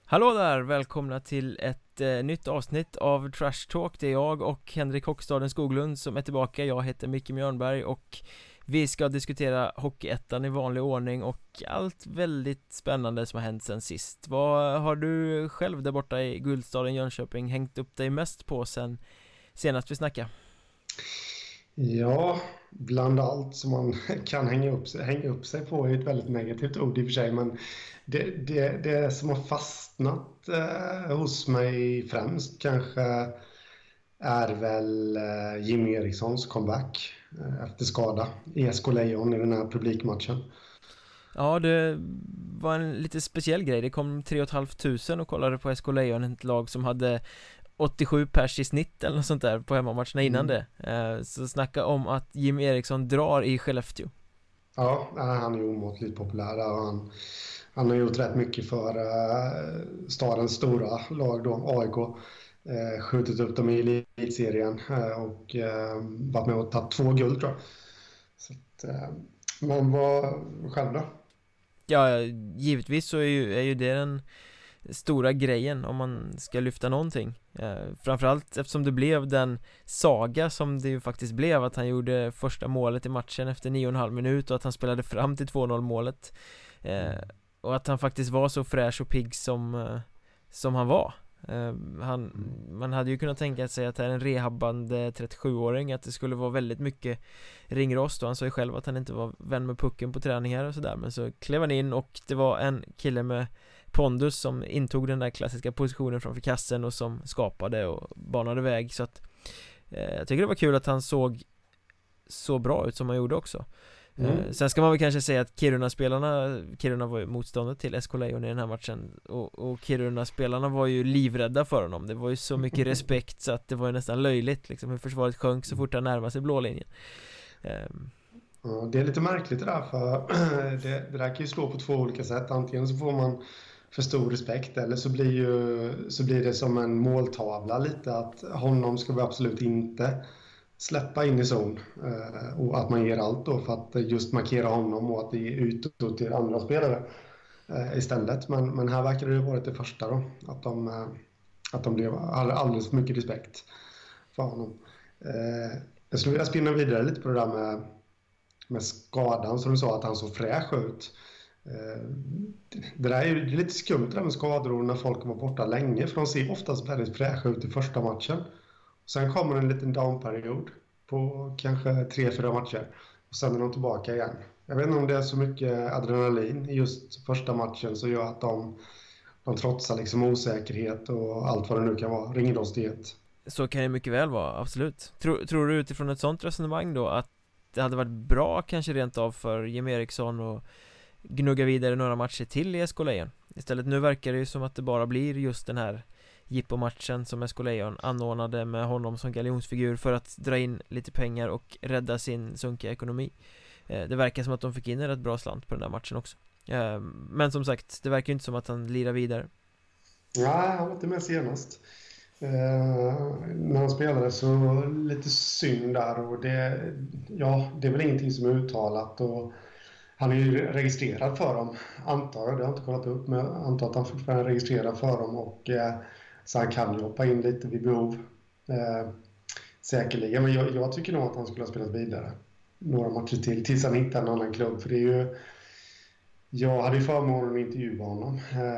Hallå där, välkomna till ett nytt avsnitt av Trash Talk. Det är jag och Henrik Hockstaden Skoglund som är tillbaka. Jag heter Micke Mjörnberg och vi ska diskutera Hockeyettan i vanlig ordning och allt väldigt spännande som har hänt sen sist. Vad har du själv där borta i guldstaden Jönköping hängt upp dig mest på sen senast vi snackade? Ja, bland allt som man kan hänga upp sig på är ett väldigt negativt ord i och för sig, men det som har fastnat hos mig främst kanske är väl Jimmy Erikssons comeback efter skada i SK Lejon i den här publikmatchen. Ja, det var en lite speciell grej. Det kom 3 500 och kollade på SK Lejon, ett lag som hade 87 pers i snitt eller något sånt där på hemmamatcherna innan det. Så snacka om att Jimmy Eriksson drar i Skellefteå. Ja, han är omåttligt populär där och han har gjort rätt mycket för stadens stora lag då, AIK. Skjutit upp dem i elitserien och varit med och tagit 2 guld tror jag. Så att, men vad själv då? Ja, givetvis så är ju det den stora grejen om man ska lyfta någonting. Framförallt eftersom det blev den saga som det ju faktiskt blev, att han gjorde första målet i matchen efter 9,5 minut och att han spelade fram till 2-0 målet. Och att han faktiskt var så fräsch och pigg som han var. Man hade ju kunnat tänka sig att det är en rehabbande 37-åring, att det skulle vara väldigt mycket ringrost, och han sa ju själv att han inte var vän med pucken på träningar och sådär, men så klev han in och det var en kille med pondus som intog den där klassiska positionen framför kassen och som skapade och banade väg, så att jag tycker det var kul att han såg så bra ut som han gjorde också. Sen ska man väl kanske säga att Kiruna var ju motståndet till SK Lejon i den här matchen, och Kiruna-spelarna var ju livrädda för honom. Det var ju så mycket respekt så att det var ju nästan löjligt liksom, hur försvaret sjönk så fort han närmade sig blålinjen. Ja, det är lite märkligt det där, för det där kan ju slå på 2 olika sätt. Antingen så får man för stor respekt, eller så blir det som en måltavla lite, att honom ska vi absolut inte släppa in i zon, och att man ger allt då för att just markera honom och att det är utåt till andra spelare istället. Men här verkar det ju varit det första då, att de blev alldeles för mycket respekt för honom. Jag skulle vilja spinna vidare lite på det där med skadan, som du sa, att han såg fräsch ut. Det där är ju lite skumt det där med skador när folk var borta länge, för de ser oftast väldigt fräscha ut i första matchen. Sen kommer en liten downperiod på kanske 3-4 matcher och sen är de tillbaka igen. Jag vet inte om det är så mycket adrenalin i just första matchen så gör att de trotsar liksom osäkerhet och allt vad det nu kan vara, ringrostighet. Så kan det mycket väl vara, absolut. Tror du utifrån ett sånt resonemang då att det hade varit bra kanske rent av för Jimmy Eriksson och gnugga vidare några matcher till i SK Lejon? Istället nu verkar det ju som att det bara blir just den här Jippo-matchen som SK Lejon anordnade med honom som galjonsfigur för att dra in lite pengar och rädda sin sunkiga ekonomi. Det verkar som att de fick in en rätt bra slant på den där matchen också. Men som sagt, det verkar ju inte som att han lirar vidare. Nej, han var inte med senast. När han spelade så lite synd där, och det är väl ingenting som är uttalat, och han är ju registrerad för dem, antar jag. Det har jag inte kollat upp, men jag antar att han fortfarande är registrerad för dem, och så han kan ju hoppa in lite vid behov. Säkerligen, men jag tycker nog att han skulle ha spelat vidare några matcher tills han hittar en annan klubb. För det är ju, jag hade ju förmånen att intervjua honom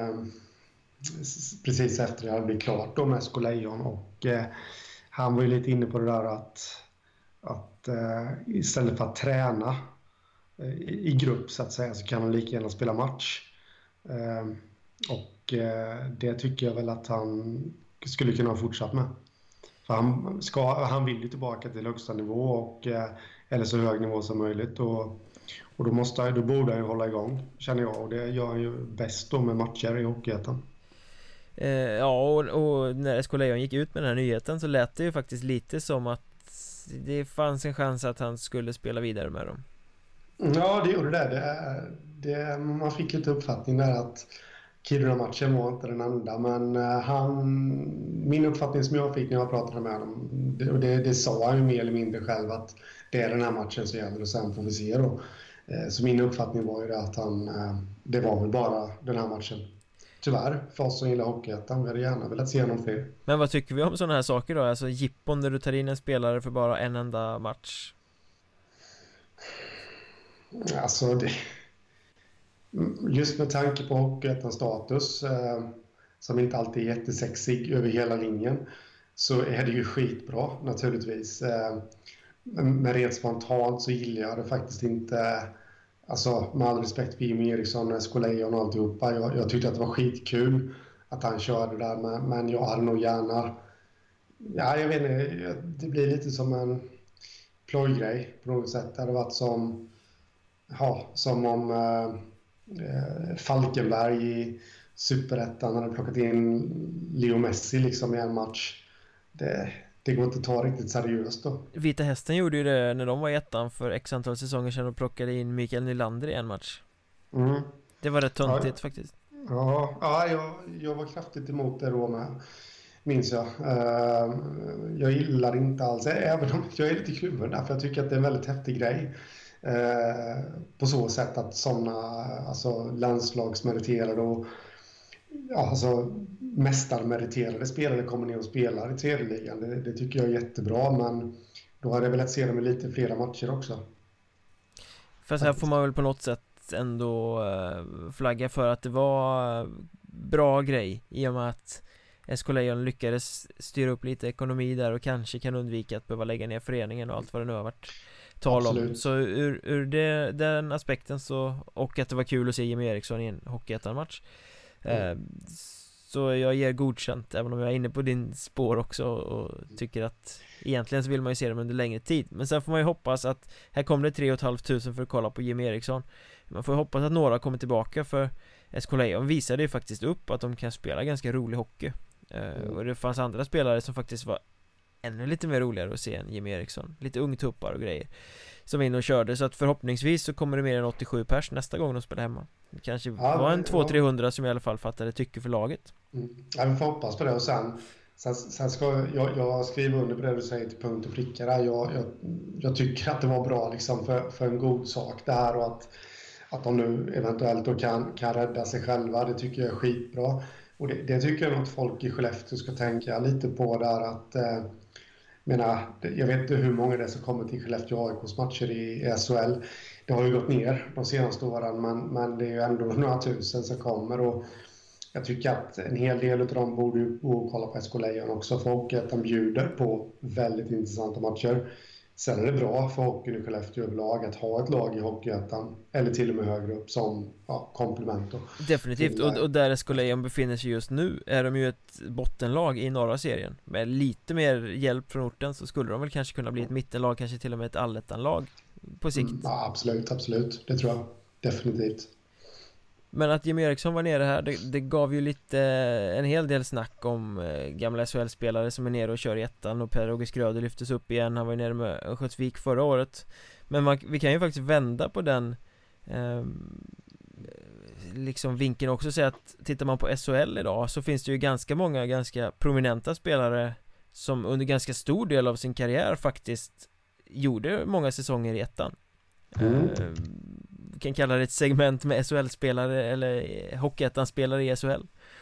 precis efter det hade blivit klart då med SK Lejon, och han var ju lite inne på det där att istället för att träna i grupp så att säga, så kan han lika gärna spela match. Och det tycker jag väl att han skulle kunna ha fortsatt med. För han vill ju tillbaka till högsta nivå, och eller så hög nivå som möjligt, och då borde han ju hålla igång, känner jag, och det gör han ju bäst då med matcher i Hockeyettan. Ja, och när SK Lejon gick ut med den här nyheten så lät det ju faktiskt lite som att det fanns en chans att han skulle spela vidare med dem. Ja, det gjorde det. Man fick lite uppfattning där att Kiruna-matchen var inte den enda, men min uppfattning som jag fick när jag pratade med honom, det sa han ju mer eller mindre själv, att det är den här matchen som gäller och sen får vi se då. Så min uppfattning var ju det att det var väl bara den här matchen. tyvärr, för oss som gillar Hockeyettan. Vi hade gärna velat se någon fler. Men vad tycker vi om sådana här saker då? Alltså jippon där du tar in en spelare för bara en enda match. Alltså, just med tanke på Hockeyettans status, som inte alltid är jättesexig över hela linjen, så är det ju skitbra naturligtvis. Men rent spontant så gillar jag det faktiskt inte. Alltså, med all respekt för Jimmy Eriksson och SK Lejon och alltihopa. Jag tyckte att det var skitkul att han körde där, men jag hade nog gärna... Ja, jag vet inte, det blir lite som en plojgrej på något sätt. Det hade varit som om Falkenberg i Superettan hade plockat in Leo Messi liksom i en match. Det går inte att ta riktigt seriöst då. Vita Hästen gjorde ju det när de var i ettan för x antal säsonger sedan och plockade in Mikael Nylander i en match. Det var rätt töntigt faktiskt. Ja, jag var kraftigt emot det då med, minns jag. Jag gillar inte alls, även om jag är lite kluven där, för jag tycker att det är en väldigt häftig grej. På så sätt att sådana, alltså landslagsmeriterade och alltså mästarmeriterade spelare kommer ner och spelar i tredje ligan. Det tycker jag är jättebra, men då hade jag velat se dem i lite flera matcher också. Fast här får man väl på något sätt ändå flagga för att det var bra grej, i och med att SK Lejon lyckades styra upp lite ekonomi där och kanske kan undvika att behöva lägga ner föreningen och allt vad det nu har varit tal om. Absolut. Så ur den aspekten så, och att det var kul att se Jimmy Eriksson i en Hockeyettan-match, så jag ger godkänt, även om jag är inne på din spår också och tycker att egentligen så vill man ju se dem under längre tid. Men sen får man ju hoppas att här kom det 3 500 för att kolla på Jimmy Eriksson. Man får hoppas att några kommer tillbaka, för SK Lejon visade ju faktiskt upp att de kan spela ganska rolig hockey. Och det fanns andra spelare som faktiskt var ännu lite mer roligare att se än Jimmy Eriksson. Lite ungtuppar och grejer som var inne och körde, så att förhoppningsvis så kommer det mer än 87 pers nästa gång de spelar hemma. Det kanske var en 200-300 som i alla fall fattade tycke för laget. Ja, vi får hoppas på det, och sen ska jag skriva under på det du säger till punkt och pricka där. Jag tycker att det var bra liksom för en god sak det här, och att de nu eventuellt då kan rädda sig själva. Det tycker jag är skitbra. Och det tycker jag att folk i Skellefteå ska tänka lite på där, att jag vet inte hur många det är som kommer till Skellefteå AIKs matcher i SHL. Det har ju gått ner de senaste åren, men det är ju ändå några tusen som kommer, och jag tycker att en hel del av dem borde ju gå och kolla på SK Lejon också, för att de bjuder på väldigt intressanta matcher. Sen är det bra för hockeyn i Skellefteå överlag att ha ett lag i Hockeyettan, eller till och med högre upp, som komplement då. Definitivt, och där SK Lejon befinner sig just nu är de ju ett bottenlag i norra serien. Med lite mer hjälp från orten så skulle de väl kanske kunna bli ett mittenlag, kanske till och med ett allettanlag på sikt. Ja, absolut, det tror jag definitivt. Men att Jimmy Eriksson var nere här, det gav ju lite en hel del snack om gamla SHL-spelare som är nere och kör i ettan, och Per-Åge Skröder lyftes upp igen. Han var ju nere med Örnsköldsvik förra året. Men vi kan ju faktiskt vända på den liksom vinkeln också, och säga att tittar man på SHL idag så finns det ju ganska många ganska prominenta spelare som under ganska stor del av sin karriär faktiskt gjorde många säsonger i ettan. Vi kan kalla det ett segment med SHL-spelare eller Hockeyettan-spelare i SHL.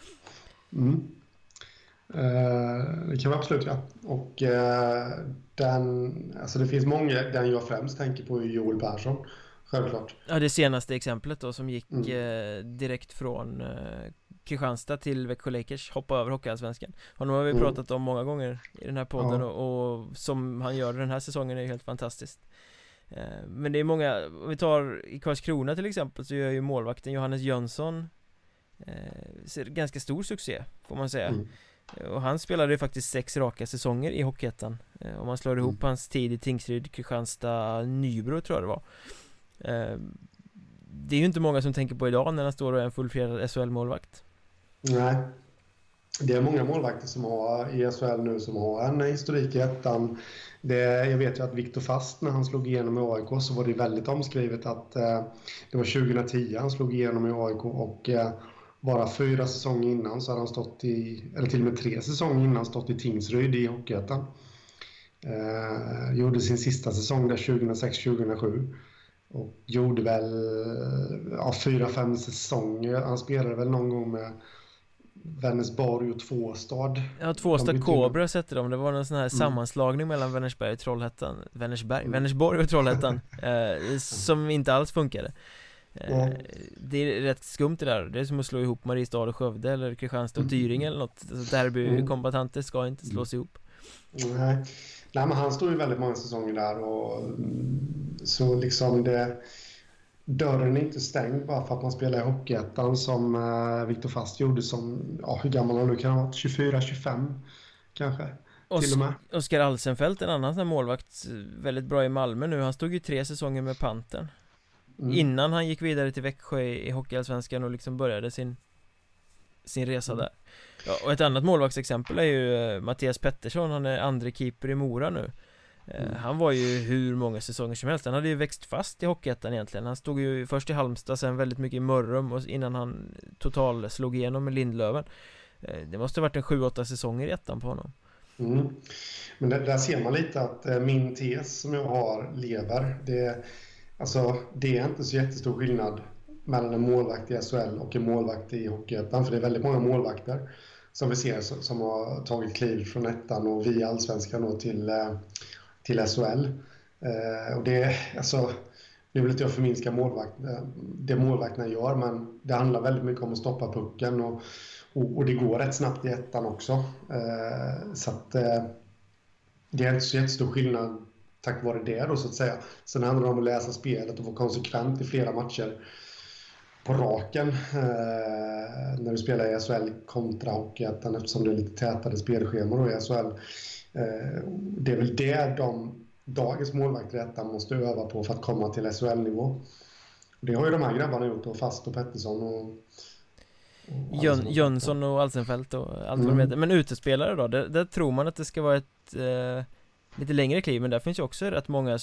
Det kan vi absolut, ja. Och alltså det finns många. Den jag främst tänker på är Joel Persson, självklart. Ja, det senaste exemplet då, som gick direkt från Kristianstad till Växjö Lakers, hoppa över Hockeyallsvenskan. Honom har vi pratat om många gånger i den här podden, och som han gör den här säsongen är ju helt fantastiskt. Men det är många, om vi tar i Karlskrona till exempel, så gör ju målvakten Johannes Jönsson ganska stor succé, får man säga. Och han spelade ju faktiskt 6 raka säsonger i Hockeyettan. Om man slår ihop hans tid i Tingsryd, Kristianstad, Nybro tror jag det var. Det är ju inte många som tänker på idag när han står och är en fullfjädrad SHL-målvakt. Nej, det är många målvakter som har i SHL nu som har en historik i ettan. Jag vet ju att Viktor Fast, när han slog igenom i AIK, så var det väldigt omskrivet att det var 2010 han slog igenom i AIK, och bara 4 säsonger innan så hade han stått eller till och med 3 säsonger innan stått i Tingsryd i Hockeyettan. Gjorde sin sista säsong där 2006-2007 och gjorde väl 4-5 säsonger. Han spelade väl någon gång med Vänersborg och Tvåstad. Ja, Tvåstad Kobra sätter de. Det var en sån här sammanslagning mellan Vänersberg och Trollhättan. Vänersborg och Trollhättan som inte alls funkade. Det är rätt skumt det där. Det är som att slå ihop Mariestad och Skövde eller Kristianstad och Tyringe eller något. Alltså, derbykombatanter ska inte slås ihop. Nej, men han står ju väldigt många säsonger där och så liksom dörren är inte stängd bara för att man spelar i Hockeyettan som Viktor Fast gjorde som, hur gammal han nu kan ha varit, 24-25 kanske. Till och med. Oskar Alsenfelt, en annan sån målvakt, väldigt bra i Malmö nu. Han stod ju 3 säsonger med Pantern innan han gick vidare till Växjö i Hockeyallsvenskan och liksom började sin resa där. Ja, och ett annat målvaktsexempel är ju Mattias Pettersson. Han är andra keeper i Mora nu. Han var ju hur många säsonger som helst. Han hade ju växt fast i Hockeyettan egentligen. Han stod ju först i Halmstad, sen väldigt mycket i Mörrum och innan han total slog igenom med Lindlöven. Det måste ha varit en 7-8 säsonger i ettan på honom. Men där ser man lite att min tes som jag har lever. Det är inte så jättestor skillnad mellan en målvakt i SHL och en målvakt i Hockeyettan, för det är väldigt många målvakter som vi ser som har tagit kliv från ettan och via allsvenskan till SHL. Och det, alltså, nu vill inte jag förminska det målvakterna gör, men det handlar väldigt mycket om att stoppa pucken och det går rätt snabbt i ettan också. Så att det är inte så jättestor skillnad tack vare det då, så att säga. Sen handlar det om att läsa spelet och vara konsekvent i flera matcher på raken när du spelar i SHL kontra Hockeyettan, eftersom det är lite tätare spelschema då i SHL. Det är väl det dagens målvakter i ettan måste öva på för att komma till SHL-nivå. Det har ju de här grabbarna gjort, och Fast och Pettersson och Jönsson och Alsenfelt och allt vad de heter. Men utespelare då, där tror man att det ska vara ett lite längre kliv, men där finns ju också rätt många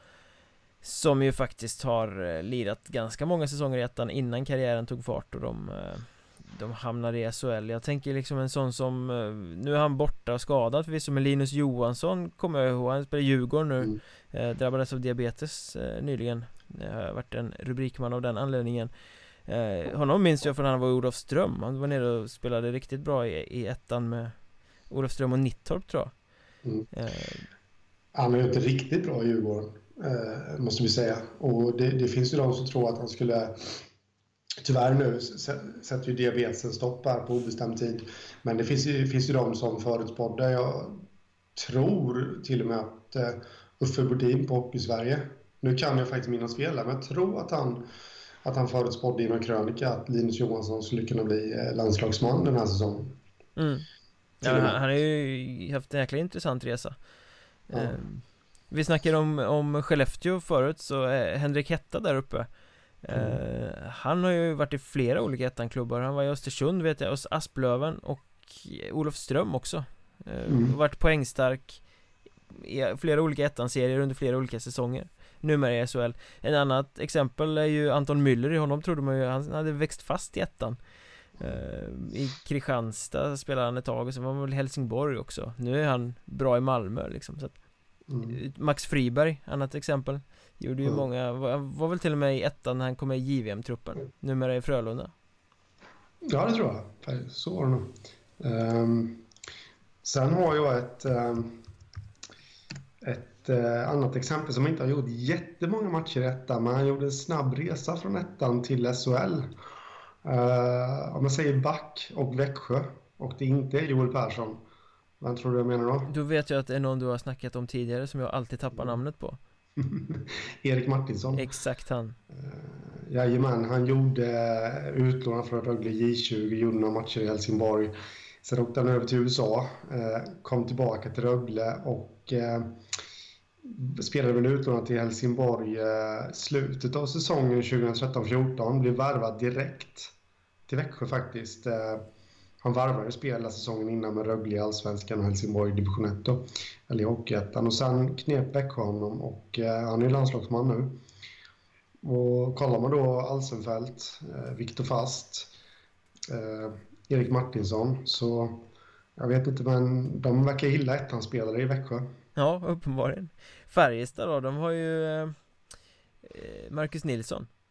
som ju faktiskt har lirat ganska många säsonger i ettan innan karriären tog fart och de hamnade i SHL. Jag tänker liksom en sån som, nu är han borta och skadad förvisso, men Linus Johansson kommer jag ihåg, han spelar i Djurgården nu, drabbades av diabetes nyligen, har varit en rubrikman av den anledningen. Honom minns jag från när han var i Olofström. Han var nere och spelade riktigt bra i ettan med Olofström och Nittorp, tror jag. Han har gjort det riktigt bra i Djurgården, måste vi säga. Och det finns ju de som tror att han skulle, tyvärr nu sätter ju diabetesen stopp här på obestämd tid, men det finns ju de som förutspådde, jag tror till och med att Uffe Bodin på Hockey-Sverige, nu kan jag faktiskt minnas fel, men jag tror att han förutspådde i någon krönika att Linus Johansson skulle kunna bli landslagsman den här säsongen. Ja, han har ju haft en jäkla intressant resa. Vi snackade om Skellefteå förut, så Henrik Hetta där uppe, han har ju varit i flera olika ettanklubbar. Han var i Östersund, vet jag, hos Asplöven och Olofström också. Varit poängstark i flera olika ettan-serier under flera olika säsonger. Numera i SHL. En annat exempel är ju Anton Müller. I honom trodde man ju han hade växt fast i ettan. I Kristianstad spelade han ett tag, och så var han väl i Helsingborg också. Nu är han bra i Malmö liksom, så att, Max Friberg, annat exempel, gjorde ju många, var väl till och med i ettan när han kom med i JVM-truppen. Numera i Frölunda. Ja, det tror jag. Så var det nog. Sen har jag ett annat exempel som inte har gjort jättemånga matcher i ettan, men han gjorde en snabb resa från ettan till SHL. Om man säger Back och Växjö, och det inte är Joel Persson, vad tror du jag menar då? Då vet jag att det är någon du har snackat om tidigare som jag alltid tappar namnet på. Erik Martinsson. Exakt han. Jajamän, han gjorde utlånad från Rögle J20, gjorde några matcher i Helsingborg. Sen åkte han över till USA, kom tillbaka till Rögle och spelade väl utlånad till Helsingborg slutet av säsongen 2013-14. Blev värvad direkt till Växjö faktiskt. Han varvade spela säsongen innan med Rögle i Allsvenskan och Helsingborg i division 1 då, eller i Hockeyettan. Och sen knep Växjö honom och han är landslagsman nu. Och kollar man då Alsenfelt, Viktor Fast, Erik Martinsson, så jag vet inte, men de verkar gilla ettanspelare i Växjö. Ja, uppenbarligen. Färjestad då, de har ju Marcus Nilsson.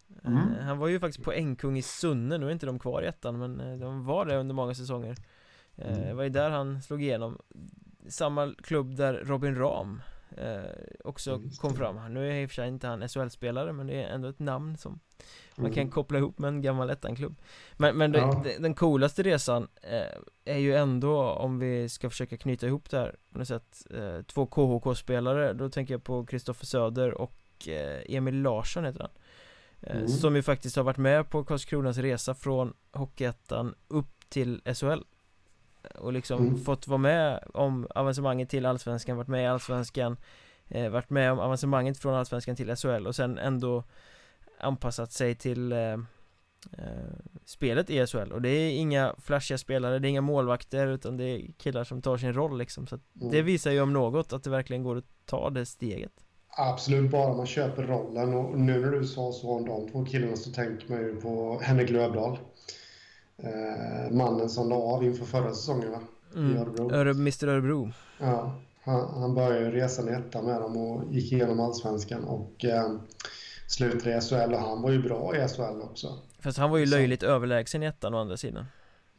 Han var ju faktiskt poängkung i Sunne. Nu är inte de kvar i ettan, men de var det under många säsonger. Det var ju där han slog igenom. Samma klubb där Robin Rahm också kom fram. Nu är i och för sig inte han SHL-spelare, men det är ändå ett namn som man kan koppla ihop med en gammal ettan-klubb. Men den coolaste resan är ju ändå, om vi ska försöka knyta ihop det här på något sätt, 2 KHK-spelare. Då tänker jag på Kristoffer Söder och Emil Larsson heter han, som ju faktiskt har varit med på Karlskronas resa från Hockeyettan upp till SHL och liksom fått vara med om avancemanget till Allsvenskan, varit med i Allsvenskan, varit med om avancemanget från Allsvenskan till SHL och sen ändå anpassat sig till spelet i SHL. Och det är inga flashiga spelare, det är inga målvakter, utan det är killar som tar sin roll liksom. Så att det visar ju om något att det verkligen går att ta det steget. Absolut, bara man köper rollen. Och nu när du sa så om de 2 killarna så tänker man ju på Henrik Löfdahl, mannen som la av inför förra säsongen, va? I Örebro. Mr. Örebro. Ja, han började ju resan i ettan med dem och gick igenom Allsvenskan och slutade i SHL, och han var ju bra i SHL också. Fast han var ju löjligt överlägsen i ettan å andra sidan.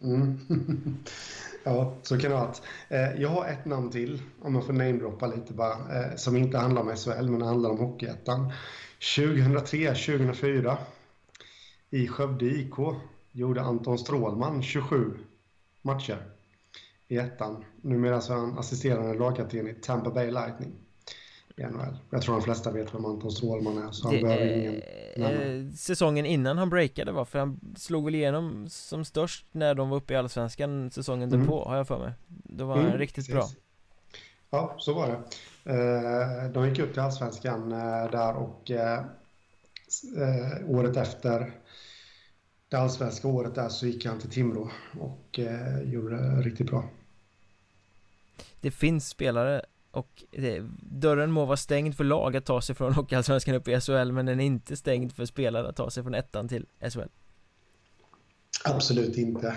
Ja, så kan det vara. Jag har ett namn till, om man får namedroppa lite bara, som inte handlar om SHL men handlar om Hockeyettan. 2003-2004 i Skövde IK gjorde Anton Strålman 27 matcher i ettan. Numera så är han assisterande lagkapten i Tampa Bay Lightning i NHL. Jag tror de flesta vet vem Anton Strålman är, så han behöver ingen säsongen innan han breakade, var för han slog väl igenom som störst när de var uppe i Allsvenskan säsongen därpå, har jag för mig. Då var han riktigt precis. Bra. Ja, så var det. De gick upp till Allsvenskan där, och året efter det allsvenska året där så gick han till Timrå och gjorde det riktigt bra. Det finns spelare, och dörren må vara stängd för lag att ta sig från Hockeyallsvenskan upp i SHL, men den är inte stängd för spelare att ta sig från ettan till SHL. Absolut inte.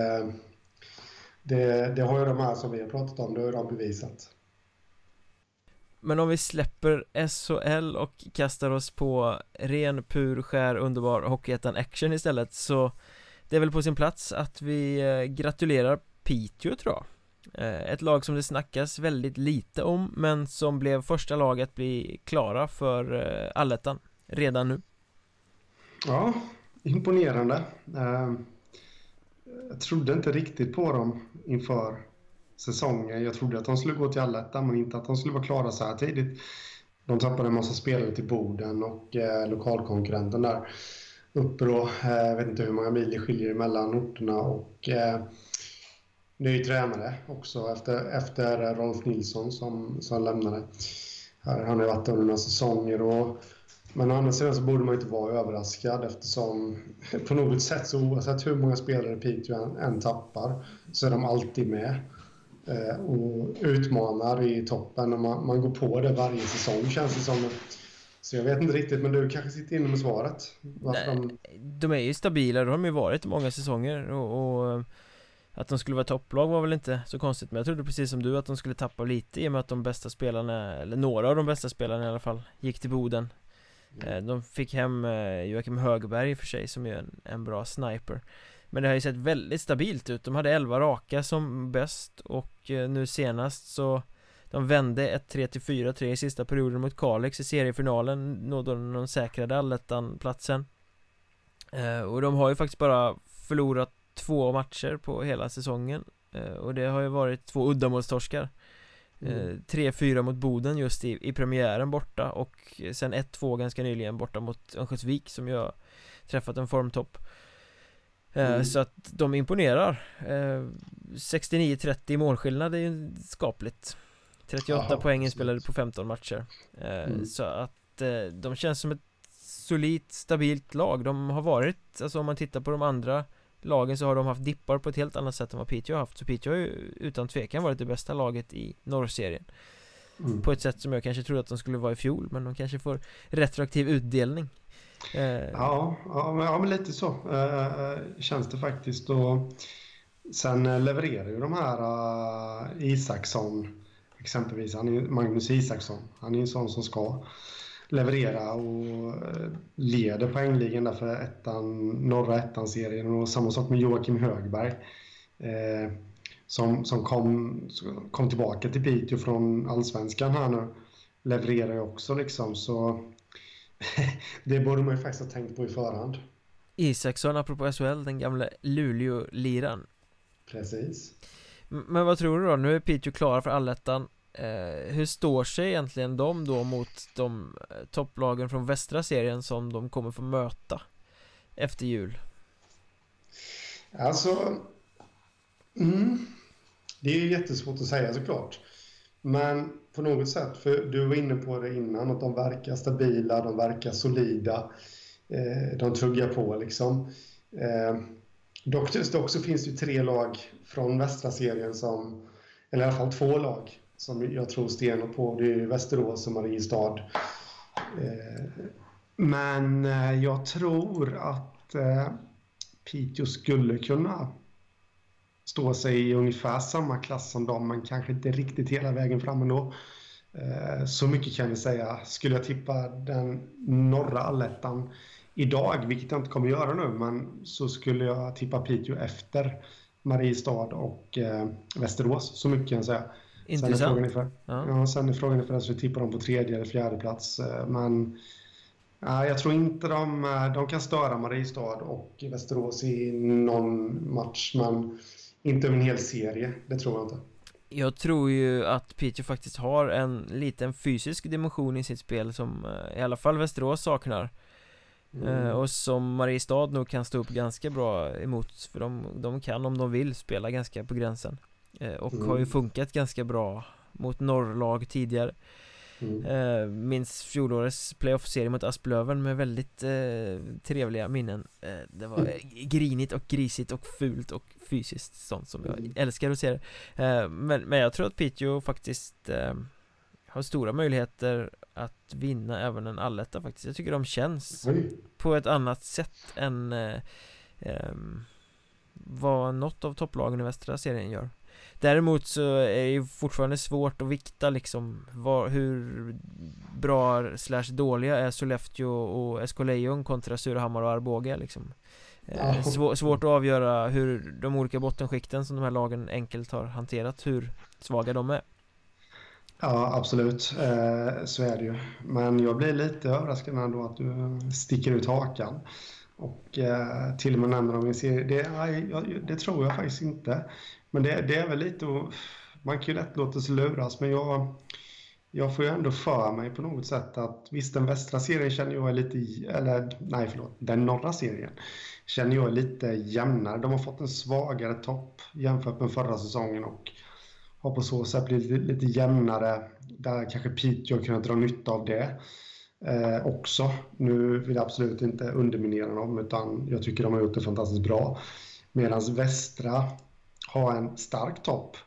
Det har ju de här som vi har pratat om, det har ju de bevisat. Men om vi släpper SHL och kastar oss på ren, pur, skär, underbar Hockeyettan action istället, så det är väl på sin plats att vi gratulerar Piteå, tror jag. Ett lag som det snackas väldigt lite om, men som blev första laget att bli klara för Allettan redan nu. Ja, imponerande. Jag trodde inte riktigt på dem inför säsongen. Jag trodde att de skulle gå till Allettan, men inte att de skulle vara klara så här tidigt. De tappade en massa spelare till Boden och lokalkonkurrenten där uppe då. Jag vet inte hur många mil det skiljer mellan orterna, och ny tränare också efter Rolf Nilsson som lämnade. Han har varit under några säsonger, men å andra sidan så borde man inte vara överraskad, eftersom på något sätt så oavsett hur många spelare Piteå än tappar så är de alltid med och utmanar i toppen, och man går på det varje säsong, känns det som. Så jag vet inte riktigt, men du kanske sitter inne med svaret. De är ju stabila, de har ju varit i många säsonger, och att de skulle vara topplag var väl inte så konstigt, men jag trodde precis som du att de skulle tappa lite i och med att de bästa spelarna, eller några av de bästa spelarna i alla fall, gick till Boden. De fick hem Joakim Högberg för sig, som är en bra sniper. Men det har ju sett väldigt stabilt ut. De hade 11 raka som bäst, och nu senast så de vände ett 3-4-3 i sista perioden mot Kalix i seriefinalen, då de säkrade Allettan-platsen. Och de har ju faktiskt bara förlorat 2 matcher på hela säsongen, och det har ju varit 2 uddamålstorskar. 3-4 mot Boden just i premiären borta, och sen 1-2 ganska nyligen borta mot Örnsköldsvik, som ju har träffat en formtopp. Så att de imponerar. 69-30 målskillnad är ju skapligt. 38 poäng inspelade på 15 matcher. Så att de känns som ett solidt, stabilt lag. De har varit, alltså om man tittar på de andra lagen, så har de haft dippar på ett helt annat sätt än vad Piteå har haft. Så Piteå har ju utan tvekan varit det bästa laget i norrserien. På ett sätt som jag kanske trodde att de skulle vara i fjol, men de kanske får retroaktiv utdelning. Ja, men lite så känns det faktiskt. Och sen levererar ju de här Isaksson exempelvis. Magnus Isaksson, han är en sån som ska leverera och leder poängligan där för norra ettan-serien, och samma sak med Joakim Högberg som kom tillbaka till Piteå från Allsvenskan här nu, levererar ju också liksom, så det borde man ju faktiskt ha tänkt på i förhand. Isaksson, apropå SHL, den gamla Luleå-liran. Precis. Men vad tror du då? Nu är Piteå klara för allettan. Hur står sig egentligen de då mot de topplagen från västra serien som de kommer få möta efter jul? Alltså, det är ju jättesvårt att säga såklart. Men på något sätt, för du var inne på det innan, att de verkar stabila, de verkar solida, de tuggar på liksom. Dock så finns det ju 3 lag från västra serien som, eller i alla fall 2 lag som jag tror stenhårt på. Det är Västerås och Mariestad. Men jag tror att Piteå skulle kunna stå sig i ungefär samma klass som dem, men kanske inte riktigt hela vägen fram ändå. Så mycket kan vi säga. Skulle jag tippa den norra allettan idag, vilket jag inte kommer göra nu, men så skulle jag tippa Piteå efter Mariestad och Västerås. Så mycket kan jag säga. Intressant. Sen är frågan ifall jag skulle tippa dem på 3:e eller 4:e plats. Men jag tror inte de kan störa Mariestad och Västerås i någon match, men inte över en hel serie. Det tror jag inte. Jag tror ju att Piteå faktiskt har en liten fysisk dimension i sitt spel som i alla fall Västerås saknar. Och som Mariestad nog kan stå upp ganska bra emot, för de kan, om de vill, spela ganska på gränsen. Och har ju funkat ganska bra mot norrlag tidigare. Minns fjolårets playoff-serie mot Asplöven med väldigt trevliga minnen. Det var grinigt och grisigt och fult och fysiskt, sånt som jag älskar att se det. Men jag tror att Piteå faktiskt har stora möjligheter att vinna även en alletta faktiskt. Jag tycker de känns på ett annat sätt än vad något av topplagen i västra serien gör. Däremot så är det ju fortfarande svårt att vikta liksom hur bra / dåliga är Sollefteå och SK Lejon kontra Surahammar och Arboga liksom. Svårt att avgöra hur de olika bottenskikten som de här lagen enkelt har hanterat, hur svaga de är. Ja, absolut. Så är det ju. Men jag blir lite överraskad ändå att du sticker ut hakan och till och med nämner dem i serie. Det tror jag faktiskt inte. Men det är väl lite, man kan ju lätt låta sig luras, men jag får ju ändå för mig på något sätt att visst, den västra serien känner jag är lite, den norra serien känner jag är lite jämnare. De har fått en svagare topp jämfört med förra säsongen och har på så sätt blivit lite jämnare, där kanske Piteå kan dra nytta av det också. Nu vill jag absolut inte underminera dem, utan jag tycker de har gjort det fantastiskt bra. Medan västra har en stark topp,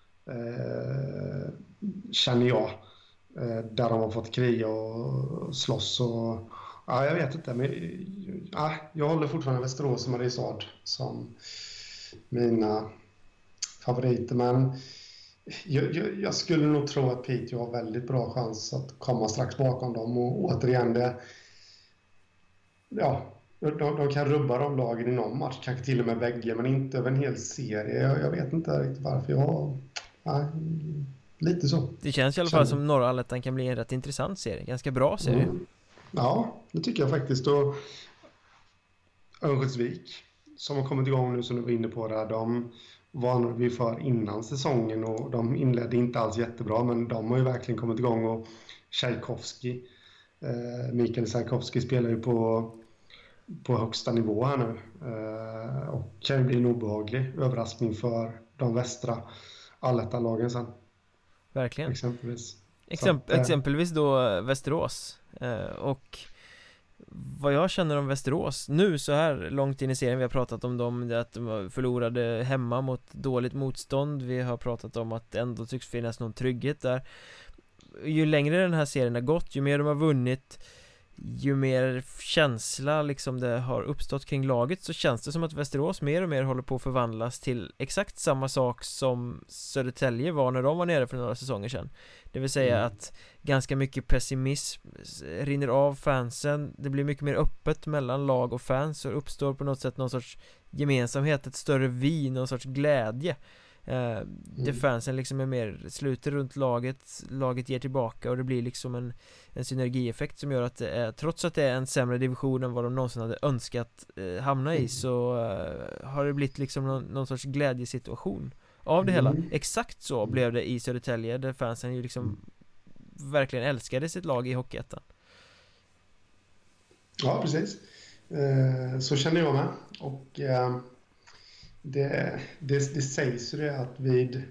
känner jag, där de har fått kriga och slåss och jag vet inte, men jag håller fortfarande Västerås och Mariestad som mina favoriter, men jag skulle nog tro att Piteå har väldigt bra chans att komma strax bakom dem, och återigen de kan rubba de lagen i någon match, kanske till och med bägge, men inte över en hel serie. Jag vet inte riktigt varför. Lite så. Det känns i alla fall som norra allettan kan bli en rätt intressant serie, ganska bra serie. Ja, det tycker jag faktiskt. Och Örnsköldsvik, som har kommit igång nu, som du var inne på där, de varnade vi för innan säsongen och de inledde inte alls jättebra, men de har ju verkligen kommit igång. Och Mikael Tchaikovsky spelar ju på högsta nivå här nu, och kan ju bli en obehaglig överraskning för de västra allettanlagen sen. Verkligen. Exempelvis. Exempelvis då Västerås. Och vad jag känner om Västerås nu så här långt in i serien, vi har pratat om dem, att de förlorade hemma mot dåligt motstånd, vi har pratat om att det ändå tycks finnas någon trygghet där. Ju längre den här serien har gått, ju mer de har vunnit, ju mer känsla liksom det har uppstått kring laget, så känns det som att Västerås mer och mer håller på att förvandlas till exakt samma sak som Södertälje var när de var nere för några säsonger sedan. Det vill säga att ganska mycket pessimism rinner av fansen, det blir mycket mer öppet mellan lag och fans, och uppstår på något sätt någon sorts gemensamhet, ett större vi, någon sorts glädje. Det fansen liksom är mer sluter runt laget ger tillbaka, och det blir liksom en synergieffekt som gör att det är, trots att det är en sämre division än vad de någonsin hade önskat hamna i, så har det blivit liksom någon sorts glädjesituation av det hela. Exakt så blev det i Södertälje, där fansen ju liksom verkligen älskade sitt lag i Hockeyettan. Ja, precis. Så känner jag med. Och det sägs ju det att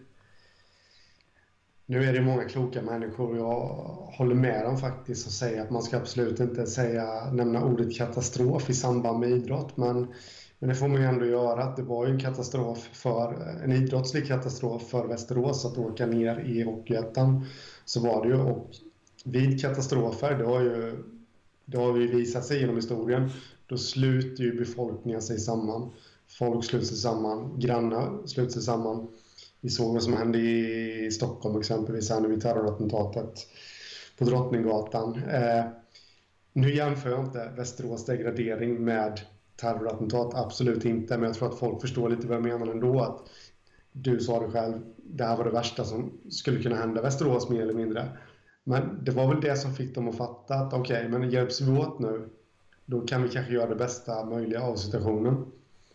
nu är det många kloka människor, och jag håller med dem faktiskt, och säger att man ska absolut inte nämna ordet katastrof i samband med idrott, men det får man ju ändå göra. Att det var ju en idrottslig katastrof för Västerås att åka ner i Hockeyettan, så var det ju. Och vid katastrofer, det har ju visat sig genom historien, då sluter ju befolkningen sig samman. Folk sluter sig samman, grannar sluter sig samman. Vi såg vad som hände i Stockholm exempelvis här vid terrorattentatet på Drottninggatan. Nu jämför jag inte Västerås degradering med terrorattentat, absolut inte. Men jag tror att folk förstår lite vad jag menar ändå. Att du sa det själv, det här var det värsta som skulle kunna hända Västerås mer eller mindre. Men det var väl det som fick dem att fatta att okej, men hjälps vi åt nu, då kan vi kanske göra det bästa möjliga av situationen.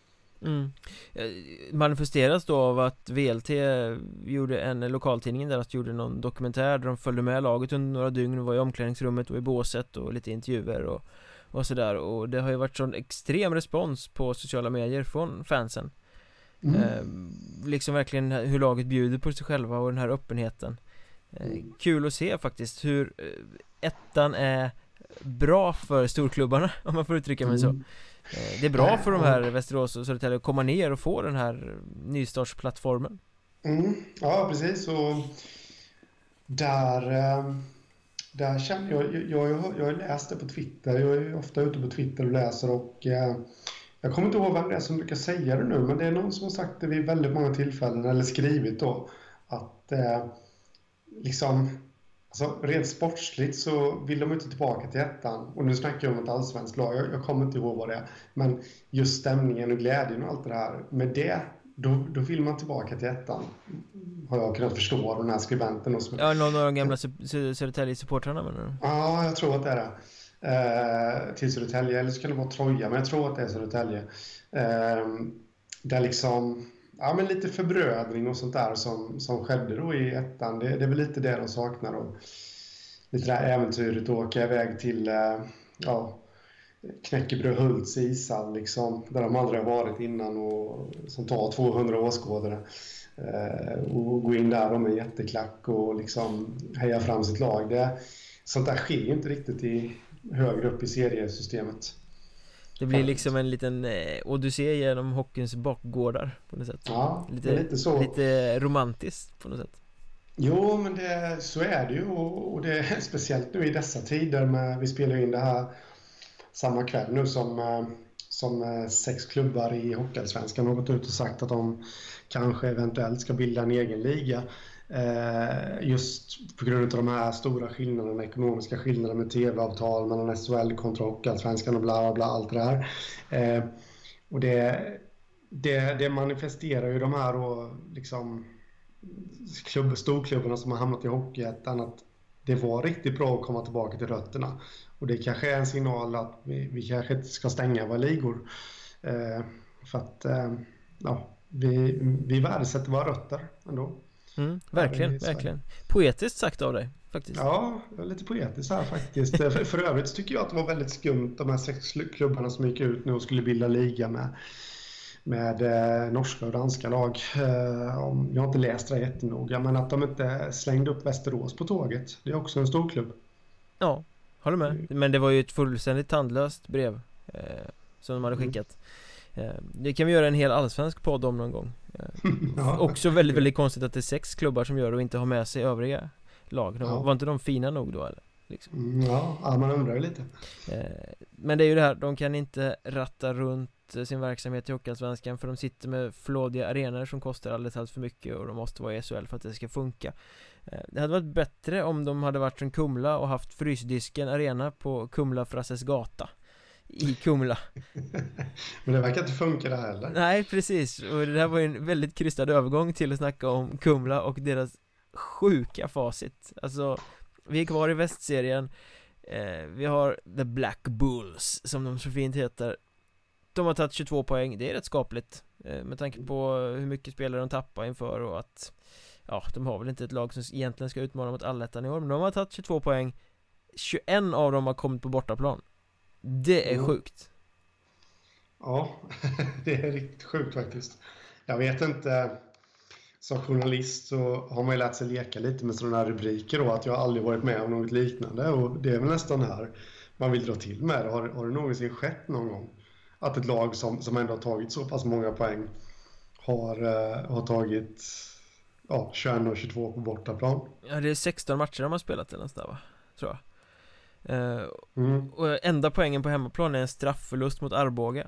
Manifesteras då av att VLT gjorde en lokaltidning där att gjorde någon dokumentär där de följde med laget under några dygn, var i omklädningsrummet och i båset och lite intervjuer och sådär, och det har ju varit sån extrem respons på sociala medier från fansen. Liksom verkligen hur laget bjuder på sig själva och den här öppenheten. Kul att se faktiskt hur ettan är bra för storklubbarna, om man får uttrycka mig så. Det är bra för de här Västerås och Södertälje att komma ner och få den här nystartsplattformen. Ja, precis. Och där känner jag har läst det på Twitter. Jag är ofta ute på Twitter och läser, och jag kommer inte ihåg vem det är som brukar säga det nu, men det är någon som har sagt det vid väldigt många tillfällen, eller skrivit då, att alltså, rent sportsligt så vill de inte tillbaka till ettan. Och nu snackar jag om ett allsvenskt lag. Jag kommer inte ihåg vad det är. Men just stämningen och glädjen och allt det här. Med det, då vill man tillbaka till ettan. Har jag kunnat förstå den här skribenten. Ja, någon av de gamla Södertälje-supportrarna menar du? Ja, jag tror att det är det. Till Södertälje. Eller så kan det vara Troja. Men jag tror att det är Södertälje. Där liksom... Ja, men lite förbrödring och sånt där som skedde då i ettan. Det är väl lite det de saknar. Och lite det här äventyret att åka iväg till Knäckebröd-Hults ishall liksom, där de aldrig har varit innan, och som tar 200 åskådare. Och gå in där med jätteklack och liksom heja fram sitt lag. Sånt där sker ju inte riktigt högre upp i seriesystemet. Det blir liksom en liten odyssé genom hockeyns bakgårdar på något sätt. Ja, lite så. Lite romantiskt på något sätt. Jo, men så är det ju. Och det är speciellt nu i dessa tider. Vi spelar in det här samma kväll nu som 6 klubbar i Hockeyallsvenskan har gått ut och sagt att de kanske eventuellt ska bilda en egen liga. Just på grund av de här stora skillnaderna, ekonomiska skillnader med tv-avtal mellan SHL kontra Hockeyallsvenskan och bla bla bla, allt det där. Och det manifesterar ju de här då, liksom storklubbarna som har hamnat i Hockeyettan, att det var riktigt bra att komma tillbaka till rötterna. Och det kanske är en signal att vi kanske inte ska stänga våra ligor. För att vi värdesätter våra rötter ändå. Verkligen. Poetiskt sagt av dig, faktiskt. Ja, lite poetiskt här faktiskt. För övrigt tycker jag att det var väldigt skumt, de här 6 klubbarna som gick ut nu och skulle bilda liga med norska och danska lag. Jag har inte läst det jättenoga, men att de inte slängde upp Västerås på tåget. Det är också en stor klubb. Ja, håller med. Men det var ju ett fullständigt tandlöst brev som de hade skickat. Det kan vi göra en hel allsvensk podd om någon gång. Ja. Också väldigt, väldigt konstigt att det är 6 klubbar som gör och inte har med sig övriga lag. Var inte de fina nog då eller? liksom. Ja, man undrar ju lite. Men det är ju det här, de kan inte ratta runt sin verksamhet i Hockeyallsvenskan, för de sitter med flådiga arenor som kostar alldeles för mycket, och de måste vara i SHL för att det ska funka. Det hade varit bättre om de hade varit från Kumla och haft Frysdisken arena på Kumla Frasses gata i Kumla. Men det verkar inte funka det heller. Nej, precis. Och det där var ju en väldigt krystad övergång till att snacka om Kumla och deras sjuka facit. Alltså, vi är kvar i västserien. Vi har The Black Bulls, som de så fint heter. De har tagit 22 poäng, det är rätt skapligt med tanke på hur mycket spelare de tappar inför, och att de har väl inte ett lag som egentligen ska utmana mot allettan i år, men de har tagit 22 poäng. 21 av dem har kommit på bortaplan. Det är sjukt. Ja, det är riktigt sjukt faktiskt. Jag vet inte, som journalist så har man ju lärt sig leka lite med sådana här rubriker då, att jag aldrig varit med om något liknande, och det är väl nästan här man vill dra till med. Har det någonsin skett någon gång att ett lag som ändå har tagit så pass många poäng har tagit 21 och 22 på bortaplan? Ja, det är 16 matcher de har spelat eller någonstans, va? Tror jag. Och enda poängen på hemmaplan är en straffförlust mot Arboga.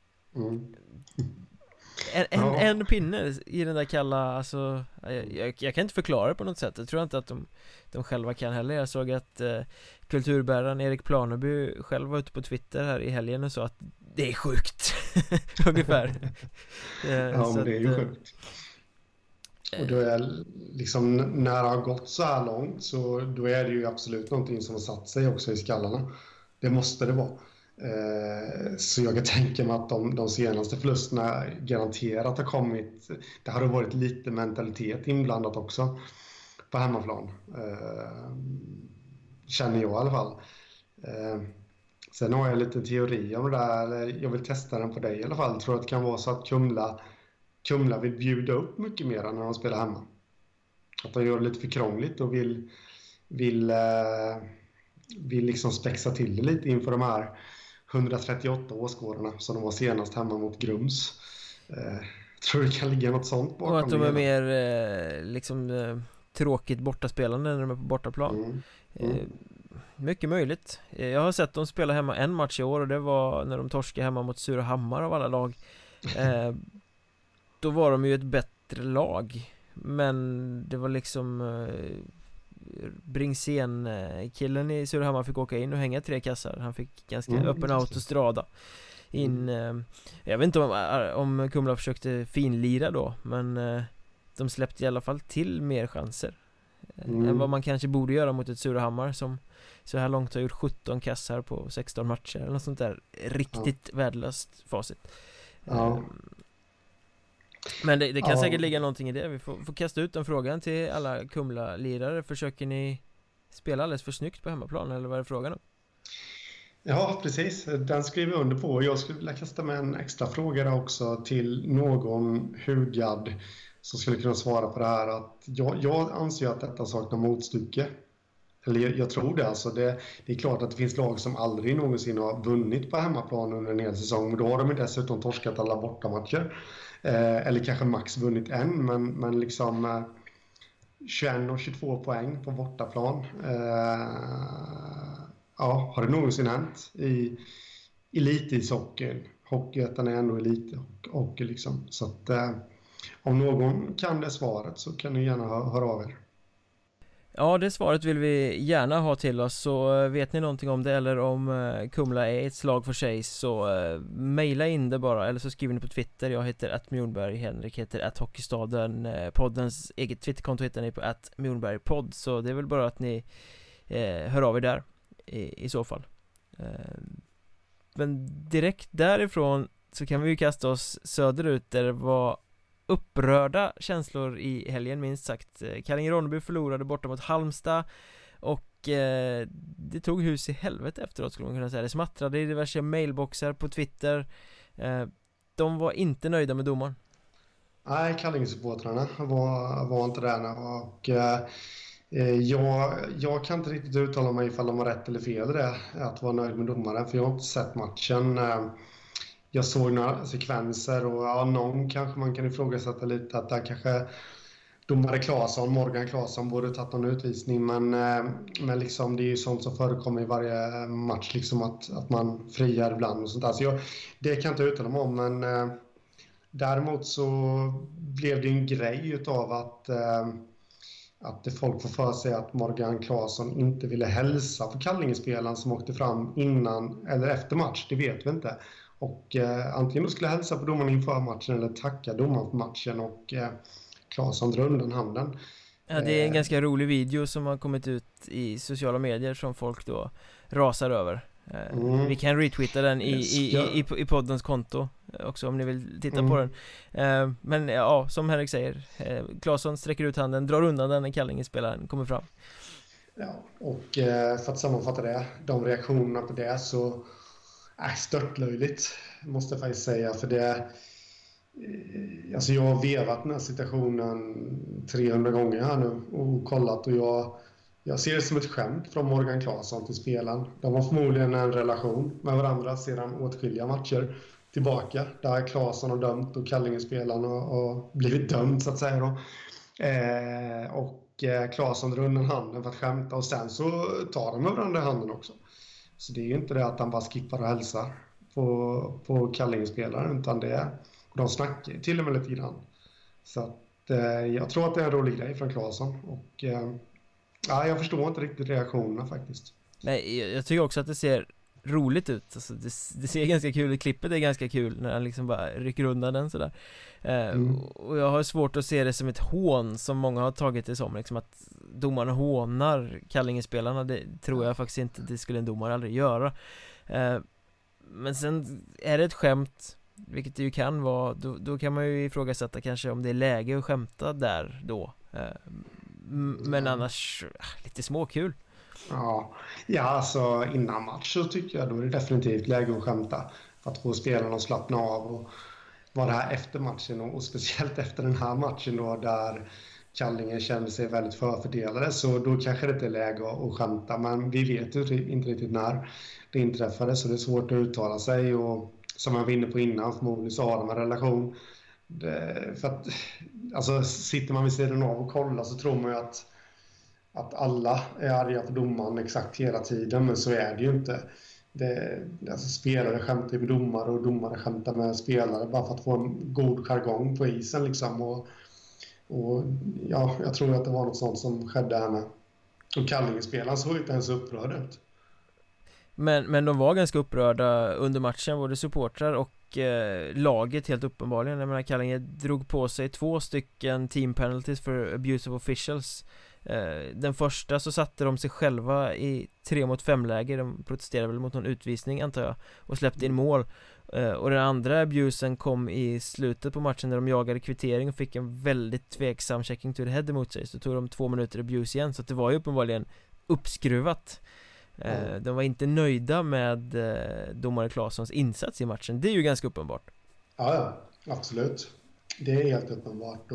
En pinne i den där kalla, alltså, jag kan inte förklara det på något sätt. Jag tror inte att de själva kan heller. Jag såg att kulturbäraren Erik Planeby själv var ute på Twitter här i helgen och sa att det är sjukt. Ungefär. Ja, men det är ju sjukt. Och då är liksom, när det har gått så här långt, så då är det ju absolut någonting som har satt sig också i skallarna. Det måste det vara. Så jag kan tänka mig att de senaste förlusterna garanterat har kommit. Det har varit lite mentalitet inblandat också på hemmaplan. Känner jag i alla fall. Sen har jag lite teori om det där. Eller jag vill testa den på dig i alla fall. Jag tror att det kan vara så att Kumla vill bjuda upp mycket mer när de spelar hemma. Att de gör det lite för krångligt och vill liksom spexa till det lite inför de här 138 åskådarna som de var senast hemma mot Grums. Tror det kan ligga något sånt bakom. Och att de är mer tråkigt bortaspelande när de är på bortaplan. Mycket möjligt. Jag har sett dem spela hemma en match i år, och det var när de torskade hemma mot Surahammar av alla lag. Då var de ju ett bättre lag, men det var liksom Bringsén, killen i Surahammar, fick åka in och hänga 3 kassar. Han fick ganska öppen autostrada in. Jag vet inte om Kumla försökte finlira då, men de släppte i alla fall till mer chanser än vad man kanske borde göra mot ett Surahammar som så här långt har gjort 17 kassar på 16 matcher eller något sånt där riktigt värdelöst facit. Men det kan säkert ligga någonting i det. Vi får kasta ut den frågan till alla Kumla-lirare. Försöker ni spela alldeles för snyggt på hemmaplan, eller vad är det frågan om? Ja, precis. Den skriver jag under på. Jag skulle vilja kasta med en extra fråga där också till någon hugad som skulle kunna svara på det här. Att jag anser att detta saknar motstycke. Eller jag tror det. Alltså det är klart att det finns lag som aldrig någonsin har vunnit på hemmaplan under en hel säsong. Men då har de dessutom torskat alla bortamatcher. Eller kanske max vunnit en. Men liksom 21 och 22 poäng på bortaplan. Har det någonsin hänt i elitishockeyn? Hockeyettan är ändå elithockey liksom. Så att om någon kan det svaret så kan ni gärna höra av er. Ja, det svaret vill vi gärna ha till oss. Så vet ni någonting om det, eller om Kumla är ett slag för sig, så mejla in det bara, eller så skriver ni på Twitter. Jag heter @Mjornberg, Henrik heter @Hockeystaden. Poddens eget Twitterkonto hittar ni på @Mjornbergpodd. Så det är väl bara att ni hör av er där i så fall. Men direkt därifrån så kan vi ju kasta oss söderut, där det var upprörda känslor i helgen, minst sagt. Kallinge-Ronneby förlorade borta mot Halmstad, och det tog hus i helvete efteråt, skulle man kunna säga. Det smattrade i diverse mailboxar på Twitter. De var inte nöjda med domaren. Nej, Kallinge-supportrarna var inte där. Och jag kan inte riktigt uttala mig ifall de var rätt eller fel det, att vara nöjd med domaren, för jag har inte sett matchen. Jag såg några sekvenser, och någon kanske man kan ifrågasätta lite att där kanske domare Claesson, Morgan Claesson, borde tagit någon utvisning, men liksom, det är ju sånt som förekommer i varje match, liksom att man friar ibland och sånt där. Så det kan jag inte uttala mig om, men däremot så blev det en grej utav att folk får för sig att Morgan Claesson inte ville hälsa på Kallinge-spelaren som åkte fram innan eller efter match, det vet vi inte. Och antingen då skulle hälsa på domaren inför matchen eller tacka domaren för matchen, och Claesson drar undan handen. Ja, det är en ganska rolig video som har kommit ut i sociala medier som folk då rasar över. Vi kan retweeta den i poddens konto också om ni vill titta på den. Men ja, som Henrik säger, Claesson sträcker ut handen, drar undan den när Kallinge-spelaren kommer fram. Ja, och för att sammanfatta det, de reaktionerna på det, så störtlöjligt måste jag faktiskt säga, för det, alltså jag har vevat den här situationen 300 gånger här nu och kollat, och jag ser det som ett skämt från Morgan Claesson till spelaren. De har förmodligen en relation med varandra sedan åtskilliga matcher tillbaka, där Claesson har dömt och Kallinge-spelaren har blivit dömd så att säga då. Och Claesson drar undan handen för att skämta, och sen så tar de med varandra i handen också. Så det är ju inte det att han bara skippar och hälsar på Kallinge-spelaren, utan de snackar till och med lite grann. Så att, jag tror att det är en rolig grej från Claesson, och jag förstår inte riktigt reaktionerna faktiskt. Nej, jag tycker också att det ser roligt ut. Alltså, det ser ganska kul ut. Klippet är ganska kul när han liksom bara rycker undan den sådär. Och jag har svårt att se det som ett hån som många har tagit det som. Liksom att domarna hånar Kallinge-spelarna. Det tror jag faktiskt inte. Det skulle en domare aldrig göra. Men sen är det ett skämt, vilket det ju kan vara. Då kan man ju ifrågasätta kanske om det är läge att skämta där då. Men annars lite småkul. Ja, alltså innan match så tycker jag då är det definitivt läge att skämta, för att få spelarna att slappna av, och vara här efter matchen, och speciellt efter den här matchen då, där Kallinge kände sig väldigt förfördelade, så då kanske det inte är läge att skämta, men vi vet ju inte riktigt när det inträffade, så det är svårt att uttala sig, och som jag var inne på innan, förmodligen så har de en relation. För att, alltså, sitter man vid sidan av och kollar så tror man ju att alla är arga på domaren exakt hela tiden, men så är det ju inte. Alltså, spelare skämtar med domare och domare skämtar med spelare bara för att få en god jargong på isen liksom. Och ja, jag tror att det var något sånt som skedde här med. Och Kallinge-spelaren såg inte ens upprörd ut. Men de var ganska upprörda under matchen, både supportrar och laget helt uppenbarligen. Jag menar, Kallinge drog på sig 2 stycken team penalties för abuse of officials. Den första så satte de sig själva i 3-mot-5-läge. De protesterade väl mot någon utvisning antar jag, och släppte in mål. Och den andra abusen kom i slutet på matchen, när de jagade kvittering och fick en väldigt tveksam checking to the head emot sig. Så tog de 2 minuter abuse igen. Så att det var ju uppenbarligen uppskruvat. De var inte nöjda med domare Claessons insats i matchen. Det är ju ganska uppenbart. Ja, absolut. Det är helt uppenbart,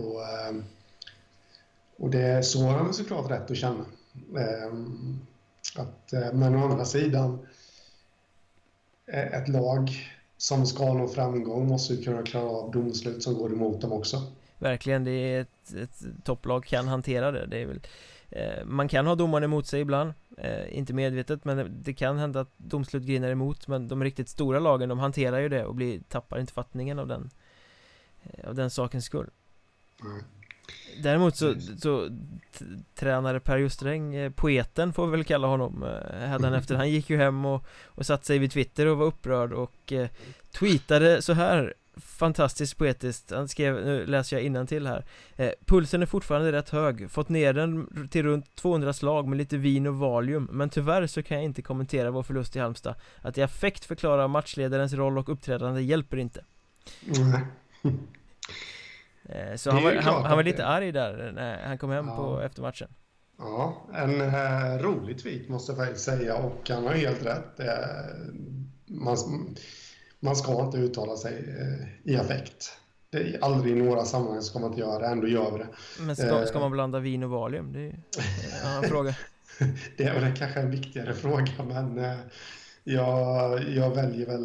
och det är så har man såklart rätt att känna. Men å andra sidan, ett lag som ska nå framgång måste ju kunna klara av domslut som går emot dem också. Verkligen, det är ett topplag kan hantera det. Det är väl, man kan ha domaren emot sig ibland, inte medvetet, men det kan hända att domslut grinar emot. Men de riktigt stora lagen, de hanterar ju det och tappar inte fattningen av den sakens skull. Däremot så tränare Per Justräng, poeten får vi väl kalla honom, efter han gick ju hem och satt sig vid Twitter och var upprörd och tweetade så här fantastiskt poetiskt. Han skrev, nu läser jag innantill här: pulsen är fortfarande rätt hög, fått ner den till runt 200 slag med lite vin och valium, men tyvärr så kan jag inte kommentera vår förlust i Halmstad. Att i affekt förklara matchledarens roll och uppträdande hjälper inte. Så han var lite arg där när han kom hem på eftermatchen. Ja, en rolig tweet måste jag faktiskt säga, och han har helt rätt. Man ska inte uttala sig i affekt. Det är aldrig i några sammanhang ska man inte göra det, ändå gör vi det. Men ska man blanda vin och valium? Det är en annan fråga. Det är väl kanske en viktigare fråga, men jag väljer väl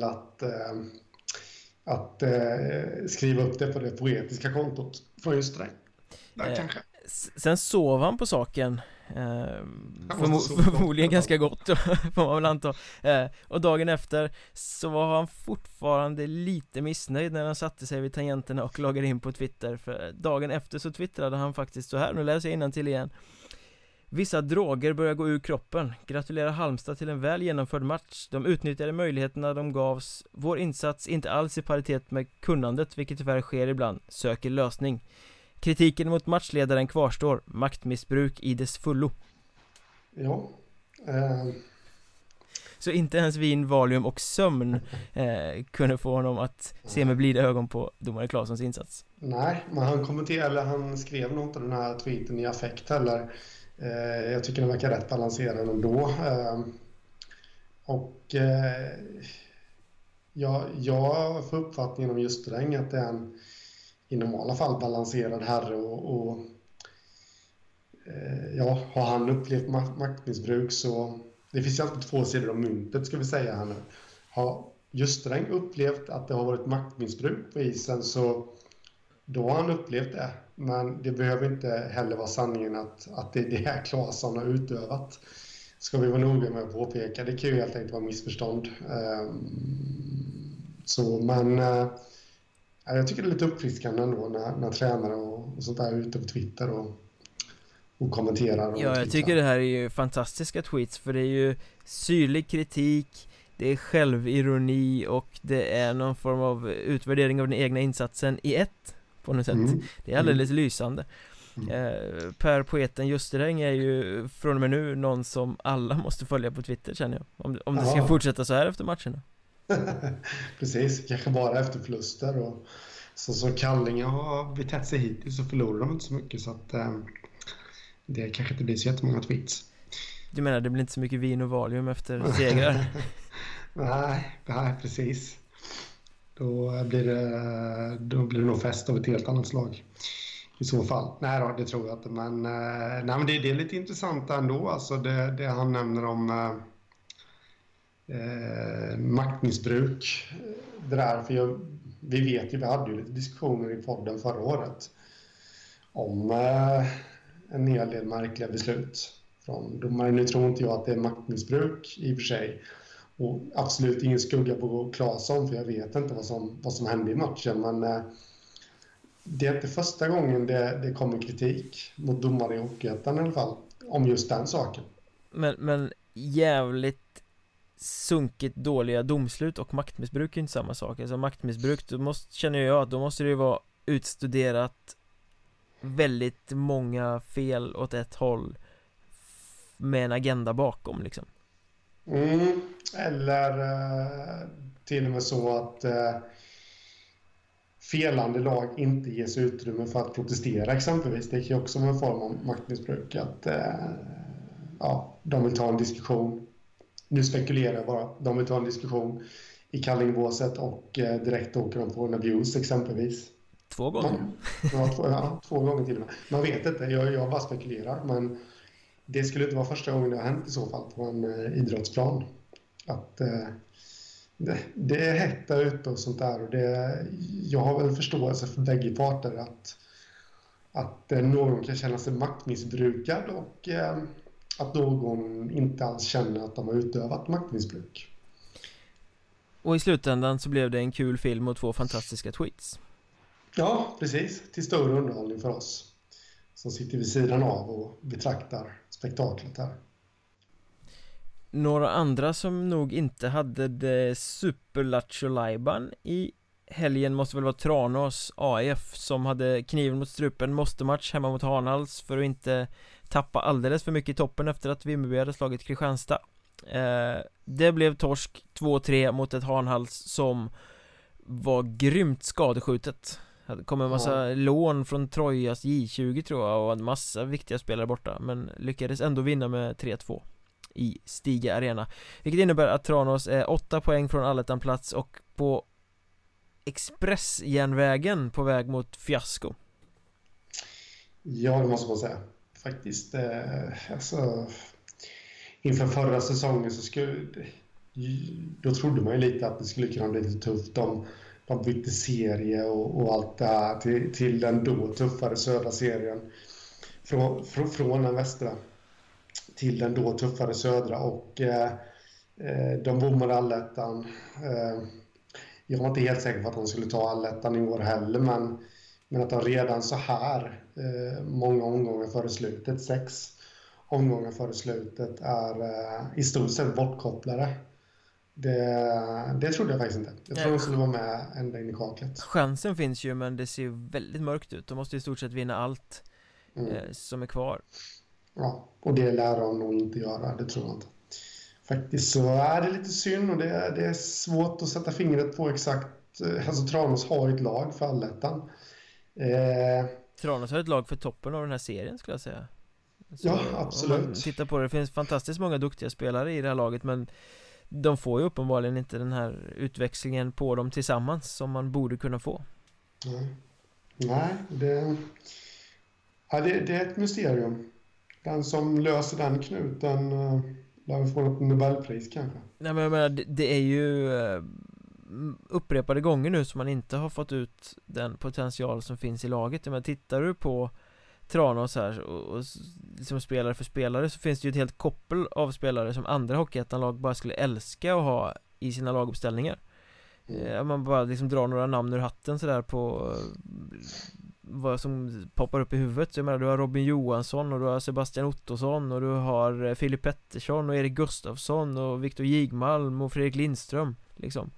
att skriva upp det på det poetiska kontot från just det. Kanske. Sen sov han på saken. Förmodligen ganska gott då, får man väl anta. Och dagen efter så var han fortfarande lite missnöjd när han satte sig vid tangenterna och loggade in på Twitter. För dagen efter så twittrade han faktiskt så här, nu läser jag innantill igen: vissa droger börjar gå ur kroppen. Gratulerar Halmstad till en väl genomförd match. De utnyttjade möjligheterna de gavs. Vår insats inte alls i paritet med kunnandet, vilket tyvärr sker ibland. Söker lösning. Kritiken mot matchledaren kvarstår. Maktmissbruk i dess fullo. Ja. Så inte ens vin, valium och sömn kunde få honom att se med blida ögon på domare Claessons insats. Nej, men han skrev nog inte den här tweeten i affekt heller. Jag tycker den verkar rätt balanserad ändå. Jag får uppfattningen om Ljustereng att det är en i normala fall balanserad herre och har han upplevt maktmissbruk så det finns ju alltid två sidor av myntet, ska vi säga här nu. Har Ljustereng upplevt att det har varit maktmissbruk på isen så då har han upplevt det. Men det behöver inte heller vara sanningen att det är det här Claesson har utövat. Ska vi vara noga med att påpeka. Det kan ju helt enkelt vara missförstånd. Jag tycker det är lite uppfriskande ändå när tränare och sånt där är ute på Twitter och kommenterar. Och jag tycker det här är ju fantastiska tweets, för det är ju syrlig kritik, det är självironi och det är någon form av utvärdering av den egna insatsen i ett på något sätt. Det är alldeles lysande. Per poeten Ljustereng är ju från och med nu någon som alla måste följa på Twitter, känner jag, om det ska fortsätta så här efter matcherna. Precis, kanske bara efter förluster och så Kallinge har betett sig hittills så förlorar de inte så mycket så att det kanske inte blir så jättemånga tweets. Du menar det blir inte så mycket vin och valium efter segrar? nej, precis. Då blir det nog fest av ett helt annat slag i så fall. Nej då, det tror jag inte. Men det är lite intressant ändå. Alltså det han nämner om maktmissbruk. Det där, för vi vet ju, vi hade ju lite diskussioner i podden förra året om en hel del märkliga beslut från domare. Nu tror inte jag att det är maktmissbruk i och för sig. Och absolut ingen skugga på Claesson, för jag vet inte vad som hände i matchen. Men det är inte första gången det kommer kritik mot domare i Hockeyettan i alla fall, om just den saken. Men jävligt sunkigt dåliga domslut och maktmissbruk är inte samma sak. Alltså maktmissbruk, känner jag att då måste det ju vara utstuderat väldigt många fel åt ett håll med en agenda bakom liksom. Eller till och med så att felande lag inte ges utrymme för att protestera exempelvis. Det är ju också en form av maktmissbruk att de vill ta en diskussion. Nu spekulerar jag bara. De vill ta en diskussion i Kallingbåset och direkt åker de på en abuse exempelvis. 2 gånger? Två gånger till och med. Man vet inte, jag bara spekulerar. Men det skulle inte vara första gången det har hänt i så fall på en idrottsplan. Att det är hett där ute och sånt där. Och jag har väl förståelse för bägge parter att någon kan känna sig maktmissbrukad och att någon inte alls känner att de har utövat maktmissbruk. Och i slutändan så blev det en kul film och 2 fantastiska tweets. Ja, precis. Till stor underhållning för oss som sitter vid sidan av och betraktar spektaklet här. Några andra som nog inte hade det superlatcholajban i helgen måste väl vara Tranås AIF, som hade kniven mot strupen, måste match hemma mot Hanhals för att inte tappa alldeles för mycket i toppen efter att Vimmerby hade slagit Kristianstad. Det blev torsk 2-3 mot ett Hanhals som var grymt skadeskjutet. Det kom en massa lån från Trojas J20 tror jag och en massa viktiga spelare borta, men lyckades ändå vinna med 3-2 i Stiga Arena, vilket innebär att Tranås är 8 poäng från allettan-plats och på expressjärnvägen på väg mot fiasko. Ja, det måste man säga. Faktiskt, inför förra säsongen så då trodde man ju lite att det skulle kunna bli lite tufft. De bytte serie och allt det här till den då tuffare södra serien. från den västra till den då tuffare södra, och de bommade allettan. Jag var inte helt säker på att de skulle ta allettan i år heller, men att de redan så här många omgångar före slutet, 6 omgångar före slutet, är i stort sett bortkopplade. Det trodde jag faktiskt inte. Jag tror de skulle vara med ända in i kaklet. Chansen finns ju, men det ser ju väldigt mörkt ut. De måste i stort sett vinna allt som är kvar. Ja, och det lär de nog inte göra, det tror jag inte. Faktiskt så är det lite synd, och det är svårt att sätta fingret på exakt. Alltså Tranås har ett lag för allettan. Tranås har ett lag för toppen av den här serien, skulle jag säga. Så ja, absolut. Om man tittar på det finns fantastiskt många duktiga spelare i det här laget, men de får ju uppenbarligen inte den här utväxlingen på dem tillsammans som man borde kunna få. Nej, det är ett mysterium. Den som löser den knuten lär vi få ett Nobelpris kanske. Nej, men jag menar, det är ju upprepade gånger nu som man inte har fått ut den potential som finns i laget. Men tittar du på Tranås här och liksom spelare för spelare, så finns det ju ett helt koppel av spelare som andra hockeyettanlag bara skulle älska att ha i sina laguppställningar. Man bara liksom drar några namn ur hatten sådär på vad som poppar upp i huvudet. Så jag menar, du har Robin Johansson och du har Sebastian Ottosson och du har Filip Pettersson och Erik Gustafsson och Viktor Jigmalm och Fredrik Lindström liksom.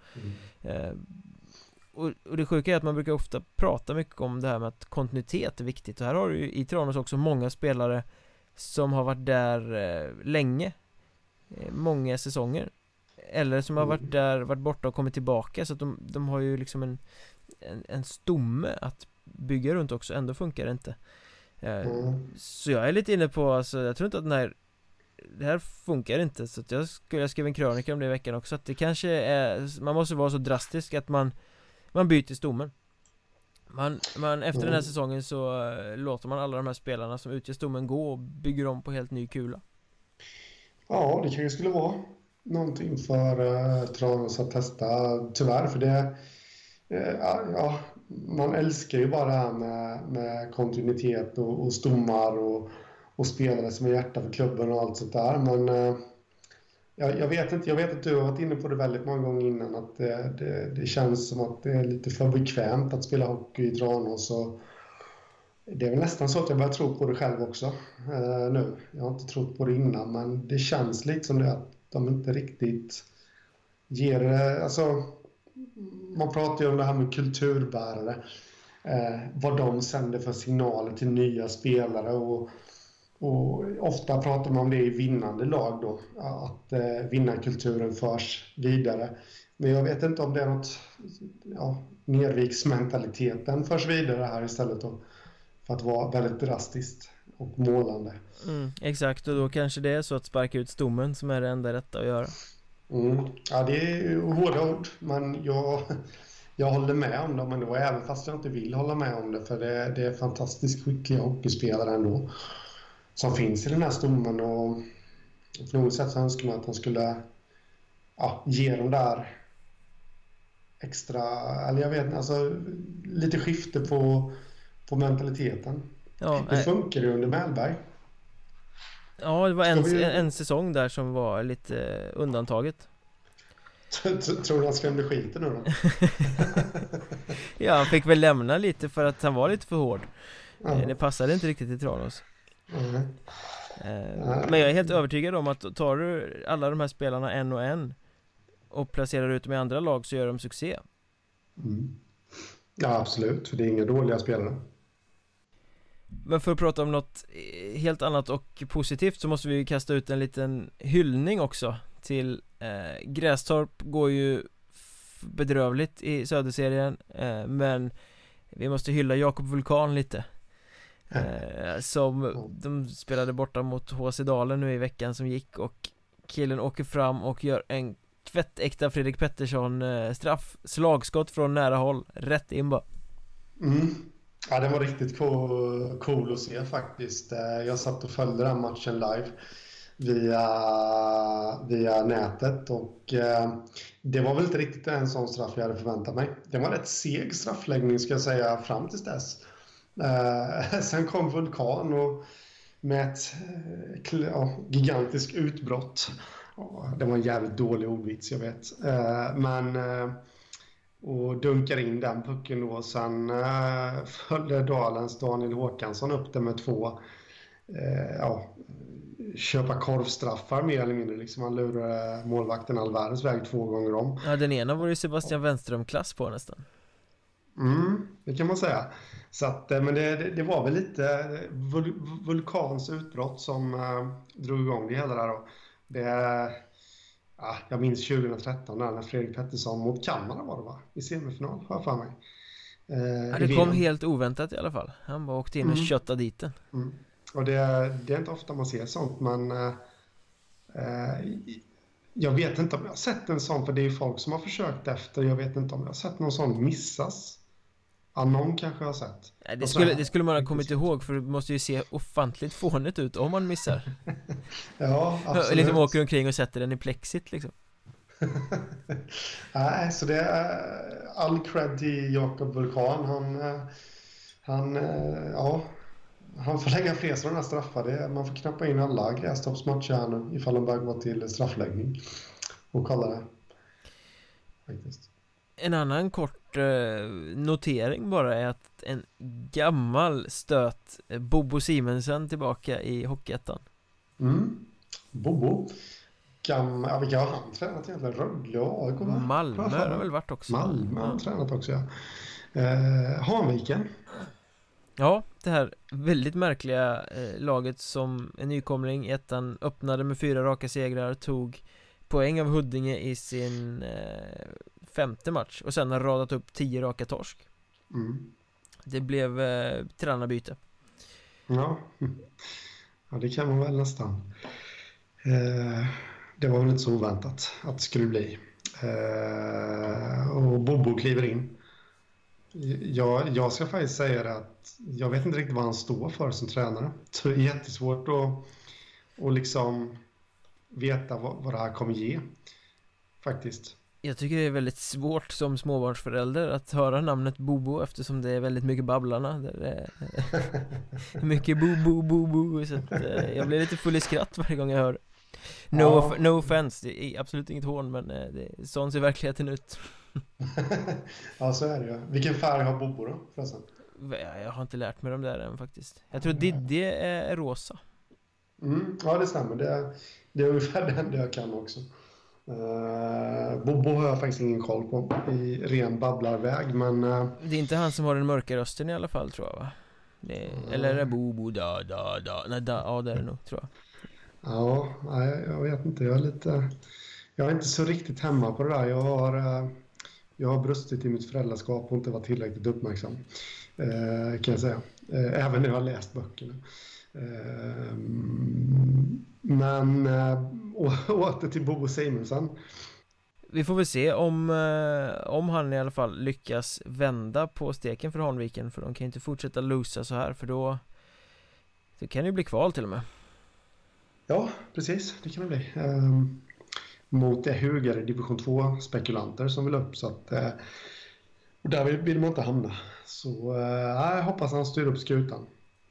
Och det sjuka är att man brukar ofta prata mycket om det här med att kontinuitet är viktigt. Och här har du ju i Tranås också många spelare som har varit där länge, många säsonger, eller som har varit där, varit borta och kommit tillbaka. Så att de har ju liksom en stomme att bygga runt också. Ändå funkar det inte. Så jag är lite inne på, alltså, jag tror inte att det här funkar inte. Så att jag skrev en krönika om det i veckan också, att det kanske är, man måste vara så drastisk att man byter stommen. Man efter den här säsongen så låter man alla de här spelarna som utgör stommen gå och bygger om på helt ny kula. Ja, det kanske skulle vara någonting för Tranås att testa, tyvärr, för det man älskar ju bara det här med kontinuitet och stommar och spelare som är hjärta för klubben och allt sånt där, men jag vet att du har varit inne på det väldigt många gånger innan, att det känns som att det är lite för bekvämt att spela hockey i Tranås, och det är väl nästan så att jag börjar tro på det själv också nu. Jag har inte trott på det innan, men det känns liksom det att de inte riktigt ger, alltså man pratar ju om det här med kulturbärare, vad de sänder för signaler till nya spelare, och ofta pratar man om det i vinnande lag då, att vinnarkulturen förs vidare. Men jag vet inte om det är något, Nerviksmentaliteten förs vidare här istället då, för att vara väldigt drastiskt och målande. Exakt, och då kanske det är så att sparka ut stommen som är det enda rätta att göra. Ja, det är ju hårda ord, men jag håller med om dem ändå, även fast jag inte vill hålla med om det, för det är fantastiskt skickliga hockeyspelare ändå som finns i den här stommen, och på något sätt så önskar man att de skulle ge dem där extra, eller jag vet inte, alltså lite skifte på mentaliteten. Ja, det funkar ju under Mellberg. Ja, det var en säsong där som var lite undantaget. Tror du han skrämde skiten nu då? Ja, han fick väl lämna lite för att han var lite för hård. Det passade inte riktigt i Tranås. Men jag är helt övertygad om att tar du alla de här spelarna en och en och placerar ut dem i andra lag, så gör de succé. Ja, absolut, för det är inga dåliga spelare. Men för att prata om något helt annat och positivt, så måste vi kasta ut en liten hyllning också till Grästorp. Går ju bedrövligt i Söderserien, men vi måste hylla Jakob Vulkan lite. Som de spelade borta mot HC Dalen nu i veckan som gick, och killen åker fram och gör en kvättäkta Fredrik Pettersson straff, slagskott från nära håll, rätt in bara. Ja, det var riktigt cool att se faktiskt. Jag satt och följde den matchen live via nätet, och det var väl inte riktigt en sån straff jag hade förväntat mig. Det var rätt seg straffläggning, ska jag säga, fram tills dess. Sen kom Vulkan och med ett gigantiskt utbrott. Det var en jävligt dålig ordvits, jag vet. Och dunkar in den pucken då. Sen följde Dalens Daniel Håkansson upp det med 2 köpa korvstraffar mer eller mindre. Liksom han lurade målvakten Alvarez väg 2 gånger om. Ja, den ena var ju Sebastian Wenström-klass på nästan. Det kan man säga. Så att, men det var väl lite Vulkans utbrott som drog igång det hela där då. Jag minns 2013 när Fredrik Pettersson mot Kalmar var det, va? I semifinal, har jag för mig. Det kom helt oväntat i alla fall. Han bara åkte in och köttade dit den. Och det är inte ofta man ser sånt, men jag vet inte om jag har sett en sån, för det är ju folk som har försökt efter. Jag vet inte om jag har sett någon sån missas. Ja, någon kanske har sett. Det skulle man ha kommit ihåg, för det måste ju se ofantligt fånigt ut om man missar. Ja, absolut. Liksom åker omkring och sätter den i plexit liksom. Nej, så det är all cred till Jakob Vulkan. Han får lägga fler sådana straffar. Man får knappa in alla grästoppsmatcher här nu ifall de börjar gå till straffläggning och kolla det. Faktiskt. En annan kort notering bara är att en gammal stöt, Bobo Simensen, tillbaka i Hockeyettan. Bobo. Vilka har han tränat egentligen? Rögle och AIK, va? Malmö har väl varit också. Malmö har han tränat också, ja. Hanviken. Ja, det här väldigt märkliga laget som en nykomling i ettan öppnade med 4 raka segrar, tog poäng av Huddinge i sin 5:e match och sen har radat upp 10 raka torsk. Det blev tränarbyte. Ja, det kan man väl nästan. Det var väl inte så oväntat att det skulle bli. Och Bobo kliver in. Jag ska faktiskt säga det att jag vet inte riktigt vad han står för som tränare. Det är jättesvårt att liksom veta vad det här kommer ge, faktiskt. Jag tycker det är väldigt svårt som småbarnsförälder att höra namnet Bobo, eftersom det är väldigt mycket Babblarna. Det är mycket bo, så att, jag blir lite full i skratt varje gång jag hör. No offense, det är absolut inget hån, men sån ser verkligheten ut. Ja, så är det ju. Vilken färg har Bobo då, förresten? Jag har inte lärt mig dem där än faktiskt. Jag tror Diddy är rosa. Ja, det stämmer. Det är ungefär den jag kan också. Bobo har jag faktiskt ingen koll på i ren babblarväg, men det är inte han som har den mörka rösten i alla fall, tror jag, va? Eller är det Bobo da. Nej, ja, det är det nog, tror jag. Ja, nej, jag vet inte. Jag är inte så riktigt hemma på det där. Jag har brustit i mitt föräldraskap och inte varit tillräckligt uppmärksam, kan jag säga. Även när jag har läst böckerna. Men åter till Bobo Simensen. Vi får väl se om han i alla fall lyckas vända på steken för Hanviken, för de kan inte fortsätta losa så här, för då kan det bli kval till och med. Ja, precis, det kan det bli. Mot det hugare division 2-spekulanter som vill upp, så att där vill man inte hamna. Så jag hoppas han styr upp skutan.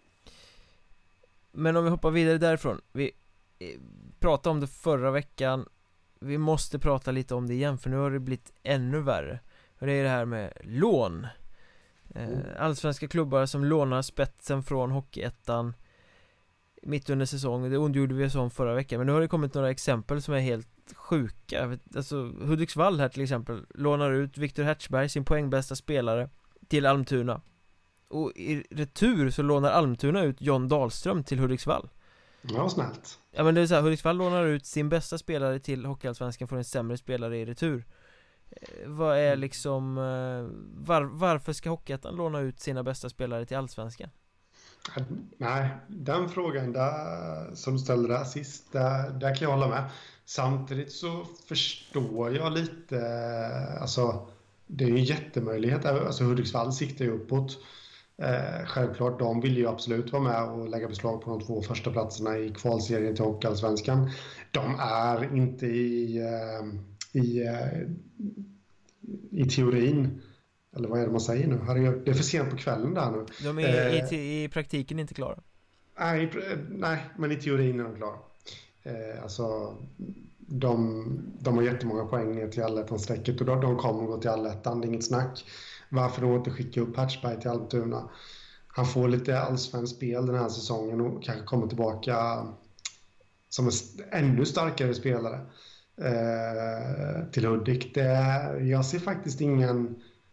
Men om vi hoppar vidare därifrån, vi pratade om det förra veckan, vi måste prata lite om det igen, för nu har det blivit ännu värre. Och det är det här med lån. Allsvenska klubbar som lånar spetsen från Hockeyettan mitt under säsong. Det ondgjorde vi oss om förra veckan, men nu har det kommit några exempel som är helt sjuka. Alltså Hudiksvall här till exempel lånar ut Viktor Hertzberg, sin poängbästa spelare, till Almtuna. Och i retur så lånar Almtuna ut John Dahlström till Hudiksvall. Ja, snällt. Ja, men det är så här, Hudiksvall lånar ut sin bästa spelare till Hockeyallsvenskan, får en sämre spelare i retur. Vad är liksom varför ska Hockeyettan låna ut sina bästa spelare till Allsvenskan? Nej, den frågan där, som du ställde där sist, där kan jag hålla med. Samtidigt så förstår jag lite, alltså det är ju en jättemöjlighet. Alltså Hudiksvall siktar ju uppåt. Självklart, de vill ju absolut vara med och lägga beslag på de 2 första platserna i kvalserien till Hockeyallsvenskan. De är inte i teorin Eller vad är det man säger nu? Herregud, det är för sent på kvällen där nu. De är i praktiken inte klara. Nej, men i teorin är de klara. Alltså, de har jättemånga poäng ner till allettan-strecket och de kommer att gå till allettan, det är inget snack. Varför då inte skicka upp Hertzberg till Almtuna? Han får lite allsvenskt spel den här säsongen och kanske kommer tillbaka som en ännu starkare spelare till Hudik. Jag ser faktiskt ingen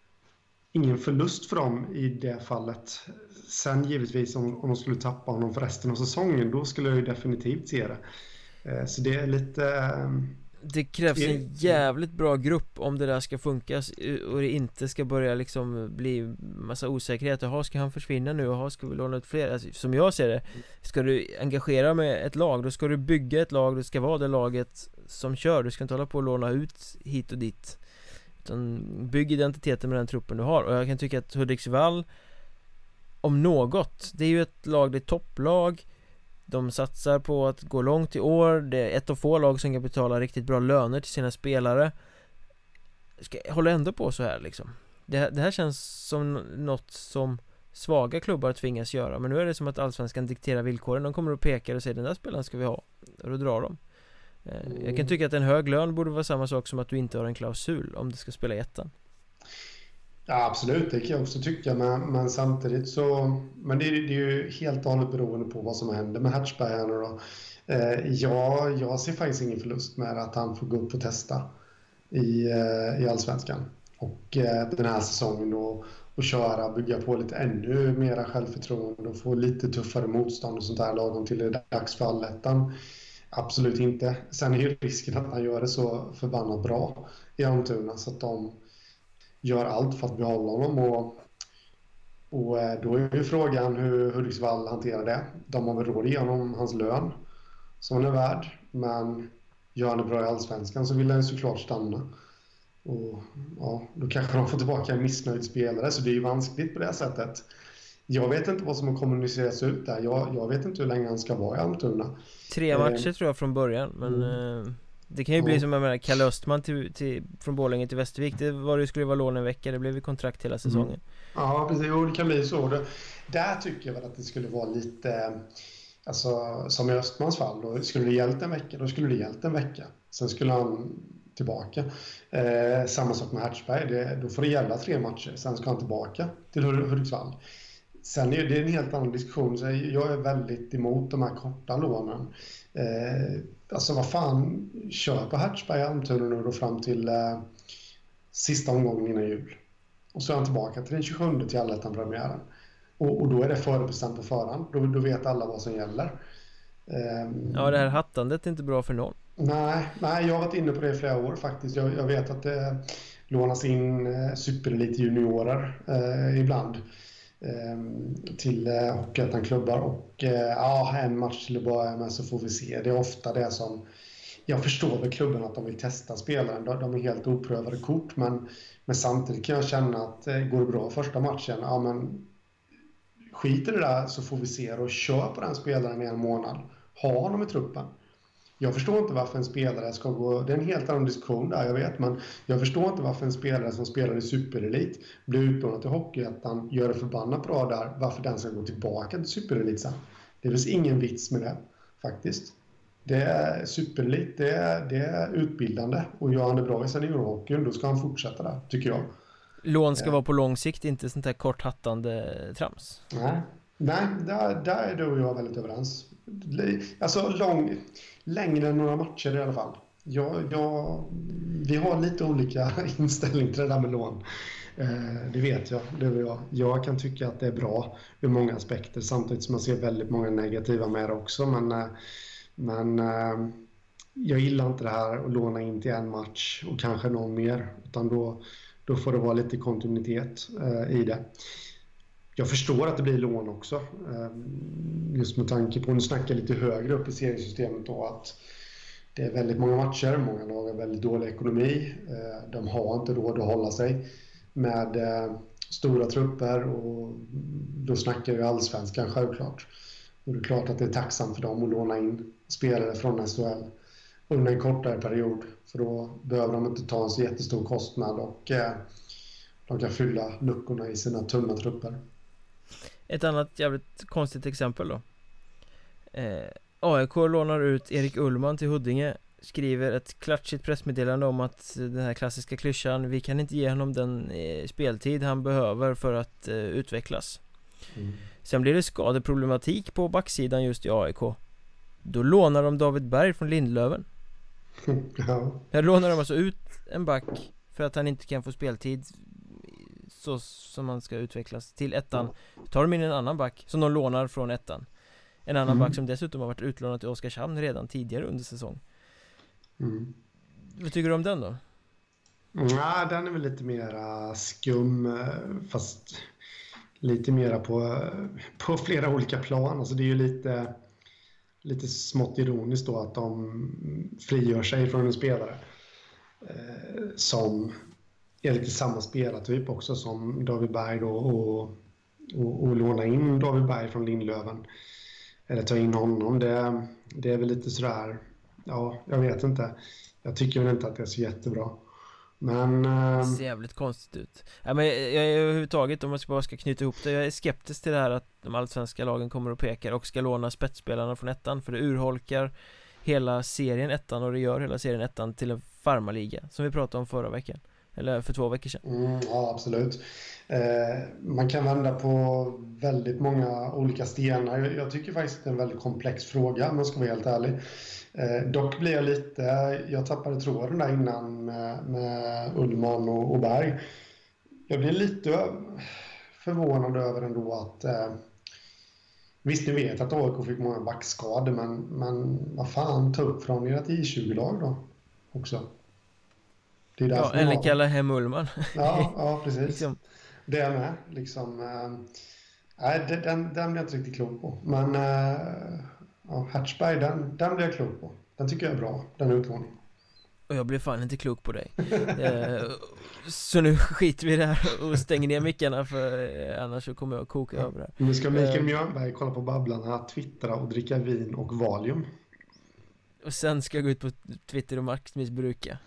förlust för dem i det fallet. Sen givetvis om de skulle tappa honom för resten av säsongen, då skulle jag ju definitivt se det. Så det är lite... Det krävs en jävligt bra grupp om det där ska funka och det inte ska börja liksom bli massa osäkerhet. Jaha, ska han försvinna nu? Jaha, ska vi låna ut fler? Alltså, som jag ser det, ska du engagera med ett lag, då ska du bygga ett lag, det ska vara det laget som kör. Du ska inte hålla på och låna ut hit och dit, utan bygg identiteten med den truppen du har. Och jag kan tycka att Hudiksvall, om något, det är ju ett lag, det är topplag. De satsar på att gå långt i år. Det är ett av få lag som kan betala riktigt bra löner till sina spelare. Ska hålla ändå på så här liksom. Det här känns som något som svaga klubbar tvingas göra. Men nu är det som att allsvenskan dikterar villkoren. De kommer och pekar och säger den där spelaren ska vi ha. Och då drar de. Jag kan tycka att en hög lön borde vara samma sak som att du inte har en klausul om du ska spela i ettan. Ja, absolut, det kan jag också tycka, men samtidigt så... Men det är ju helt och hållet beroende på vad som händer med Hertzberg här nu då. Jag ser faktiskt ingen förlust med att han får gå upp och testa i allsvenskan. Och den här säsongen då, och köra, bygga på lite ännu mera självförtroende och få lite tuffare motstånd och sånt där lagom till det dags för allettan. Absolut inte. Sen är ju risken att han gör det så förbannat bra i Almtuna så att de gör allt för att behålla honom och då är ju frågan hur Hudiksvall hanterar det. De har väl råd att ge honom hans lön som han är värd, men gör han det bra i allsvenskan så vill han såklart stanna. Och ja, då kanske de får tillbaka en missnöjd spelare, så det är ju vanskligt på det sättet. Jag vet inte vad som har kommunicerats ut där. Jag vet inte hur länge han ska vara i Almtuna. 3 matcher tror jag från början, men det kan ju bli som jag menar, Kalle Östman från Borlänge till Västervik. Det var det skulle vara lån en vecka, det blev ju kontrakt hela säsongen. Ja, precis. Och det kan bli så. Där tycker jag väl att det skulle vara lite, alltså som i Östmans fall, då skulle det gällt en vecka, då skulle det gällt en vecka. Sen skulle han tillbaka. Samma sak med Hertzberg, då får det gälla 3 matcher, sen ska han tillbaka till Hudiksvall. Sen är det en helt annan diskussion, så jag är väldigt emot de här korta lånen. Alltså vad fan, kör på Hertzberg i Almtuna nu då fram till sista omgången innan jul. Och så är han tillbaka till den 27 till allettan-premiären. Och då är det förbestämt på förhand. Då vet alla vad som gäller. Ja, det här hattandet är inte bra för någon. Nej, jag har varit inne på det i flera år faktiskt. Jag vet att det lånas in superelit juniorer ibland till Hockeyettan-klubbar och en match till att börja med så får vi se. Det är ofta det som... Jag förstår väl klubben att de vill testa spelaren. De är helt oprövade kort, men samtidigt kan jag känna att går det bra första matchen, ja men skit i det där så får vi se och kör på den spelaren i en månad. Ha honom i truppen. Jag förstår inte varför en spelare ska gå... Det är en helt annan diskussion där, jag vet. Men jag förstår inte varför en spelare som spelar i superelit blir utlånad till Hockeyettan, gör det förbannat bra där. Varför den ska gå tillbaka till superelit sen. Det finns ingen vits med det, faktiskt. Det är superelit, det är utbildande. Och gör han det bra i seniorhockeyn, då ska han fortsätta där, tycker jag. Lån ska vara på lång sikt, inte sånt här korthattande trams. Nej, där är du och jag väldigt överens. Alltså längre än några matcher i alla fall. Vi har lite olika inställning till det där med lån. Det vet jag, det vet jag. Jag kan tycka att det är bra ur många aspekter, samtidigt som man ser väldigt många negativa med det också. Men jag gillar inte det här att låna in till en match och kanske någon mer, utan då får det vara lite kontinuitet i det. Jag förstår att det blir lån också, just med tanke på, nu snackar lite högre upp i seriesystemet då, att det är väldigt många matcher, många lag har väldigt dålig ekonomi, de har inte råd att hålla sig med stora trupper, och då snackar vi allsvenskan självklart. Och det är klart att det är tacksamt för dem att låna in spelare från SHL under en kortare period, för då behöver de inte ta en så jättestor kostnad de kan fylla luckorna i sina tunna trupper. Ett annat jävligt konstigt exempel då. AIK lånar ut Erik Ullman till Huddinge. Skriver ett klatschigt pressmeddelande om att den här klassiska klyschan, vi kan inte ge honom den speltid han behöver för att utvecklas. Sen blir det skadeproblematik på backsidan just i AIK. Då lånar de David Berg från Lindlöven. Ja. Här lånar de alltså ut en back för att han inte kan få speltid så som man ska utvecklas till ettan. Tar de in en annan back som de lånar från ettan. En annan back som dessutom har varit utlånad till Oskarshamn redan tidigare under säsong. Vad tycker du om den då? Ja, den är väl lite mera skum, fast lite mera på flera olika plan. Alltså det är ju lite smått ironiskt då att de frigör sig från en spelare som är lite samma spelartyp också som David Berg då, och låna in David Berg från Lindlöven eller ta in honom. Det är väl lite sådär, ja, jag vet inte. Jag tycker väl inte att det är så jättebra. Men det ser jävligt konstigt ut. Ja, men jag är överhuvudtaget, om man bara ska knyta ihop det, jag är skeptisk till det här att de allsvenska lagen kommer och pekar och ska låna spetsspelarna från ettan, för det urholkar hela serien ettan, och det gör hela serien ettan till en farmarliga som vi pratade om förra veckan. Eller för 2 veckor sedan. Ja, absolut. Man kan vända på väldigt många olika stenar. Jag tycker faktiskt att det är en väldigt komplex fråga, om man ska vara helt ärlig. Dock blir jag tappade tråden där innan med Ullman och Berg. Jag blir lite förvånad över ändå att visst, ni vet att AIK fick många backskador, men vad fan, ta upp från ert I20-lag då också. Det är eller kalla hem Ullman. Ja, precis. Liksom. Det är med. Liksom, den blir jag inte riktigt klok på. Men Hertzberg, den blir jag klok på. Den tycker jag är bra, den utlåningen. Och jag blir fan inte klok på dig. Så nu skiter vi där och stänger ner mickarna, för annars så kommer jag att koka över det. Nu ska Mikael Mjörnberg kolla på Babblarna, twittra och dricka vin och Valium. Och sen ska jag gå ut på Twitter och maktmissbruka.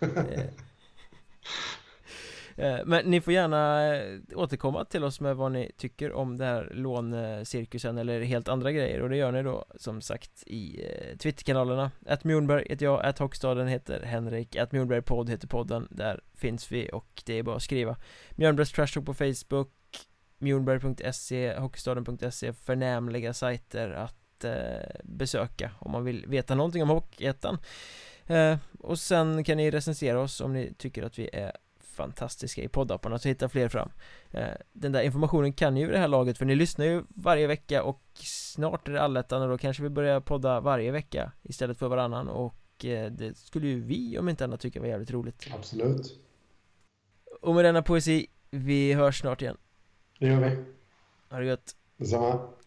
Men ni får gärna återkomma till oss med vad ni tycker om det här låncirkusen eller helt andra grejer, och det gör ni då som sagt i Twitterkanalerna. @Mjornberg heter jag, @Hockstaden heter Henrik, @Mjornbergpodd heter podden. Där finns vi och det är bara att skriva. Mjörnbergs Trash Talk på Facebook, mjornberg.se, hockeystaden.se, förnämliga sajter att besöka om man vill veta någonting om Hockeyettan. Och sen kan ni recensera oss om ni tycker att vi är fantastiska i poddapparna, så hittar fler fram. Den där informationen kan ni ju i det här laget, för ni lyssnar ju varje vecka och snart är det Allettan, och då kanske vi börjar podda varje vecka istället för varannan, och det skulle ju vi om inte annat tycka var jävligt roligt. Absolut. Och med denna poesi, vi hörs snart igen. Det gör vi. Ha det gött. Detsamma.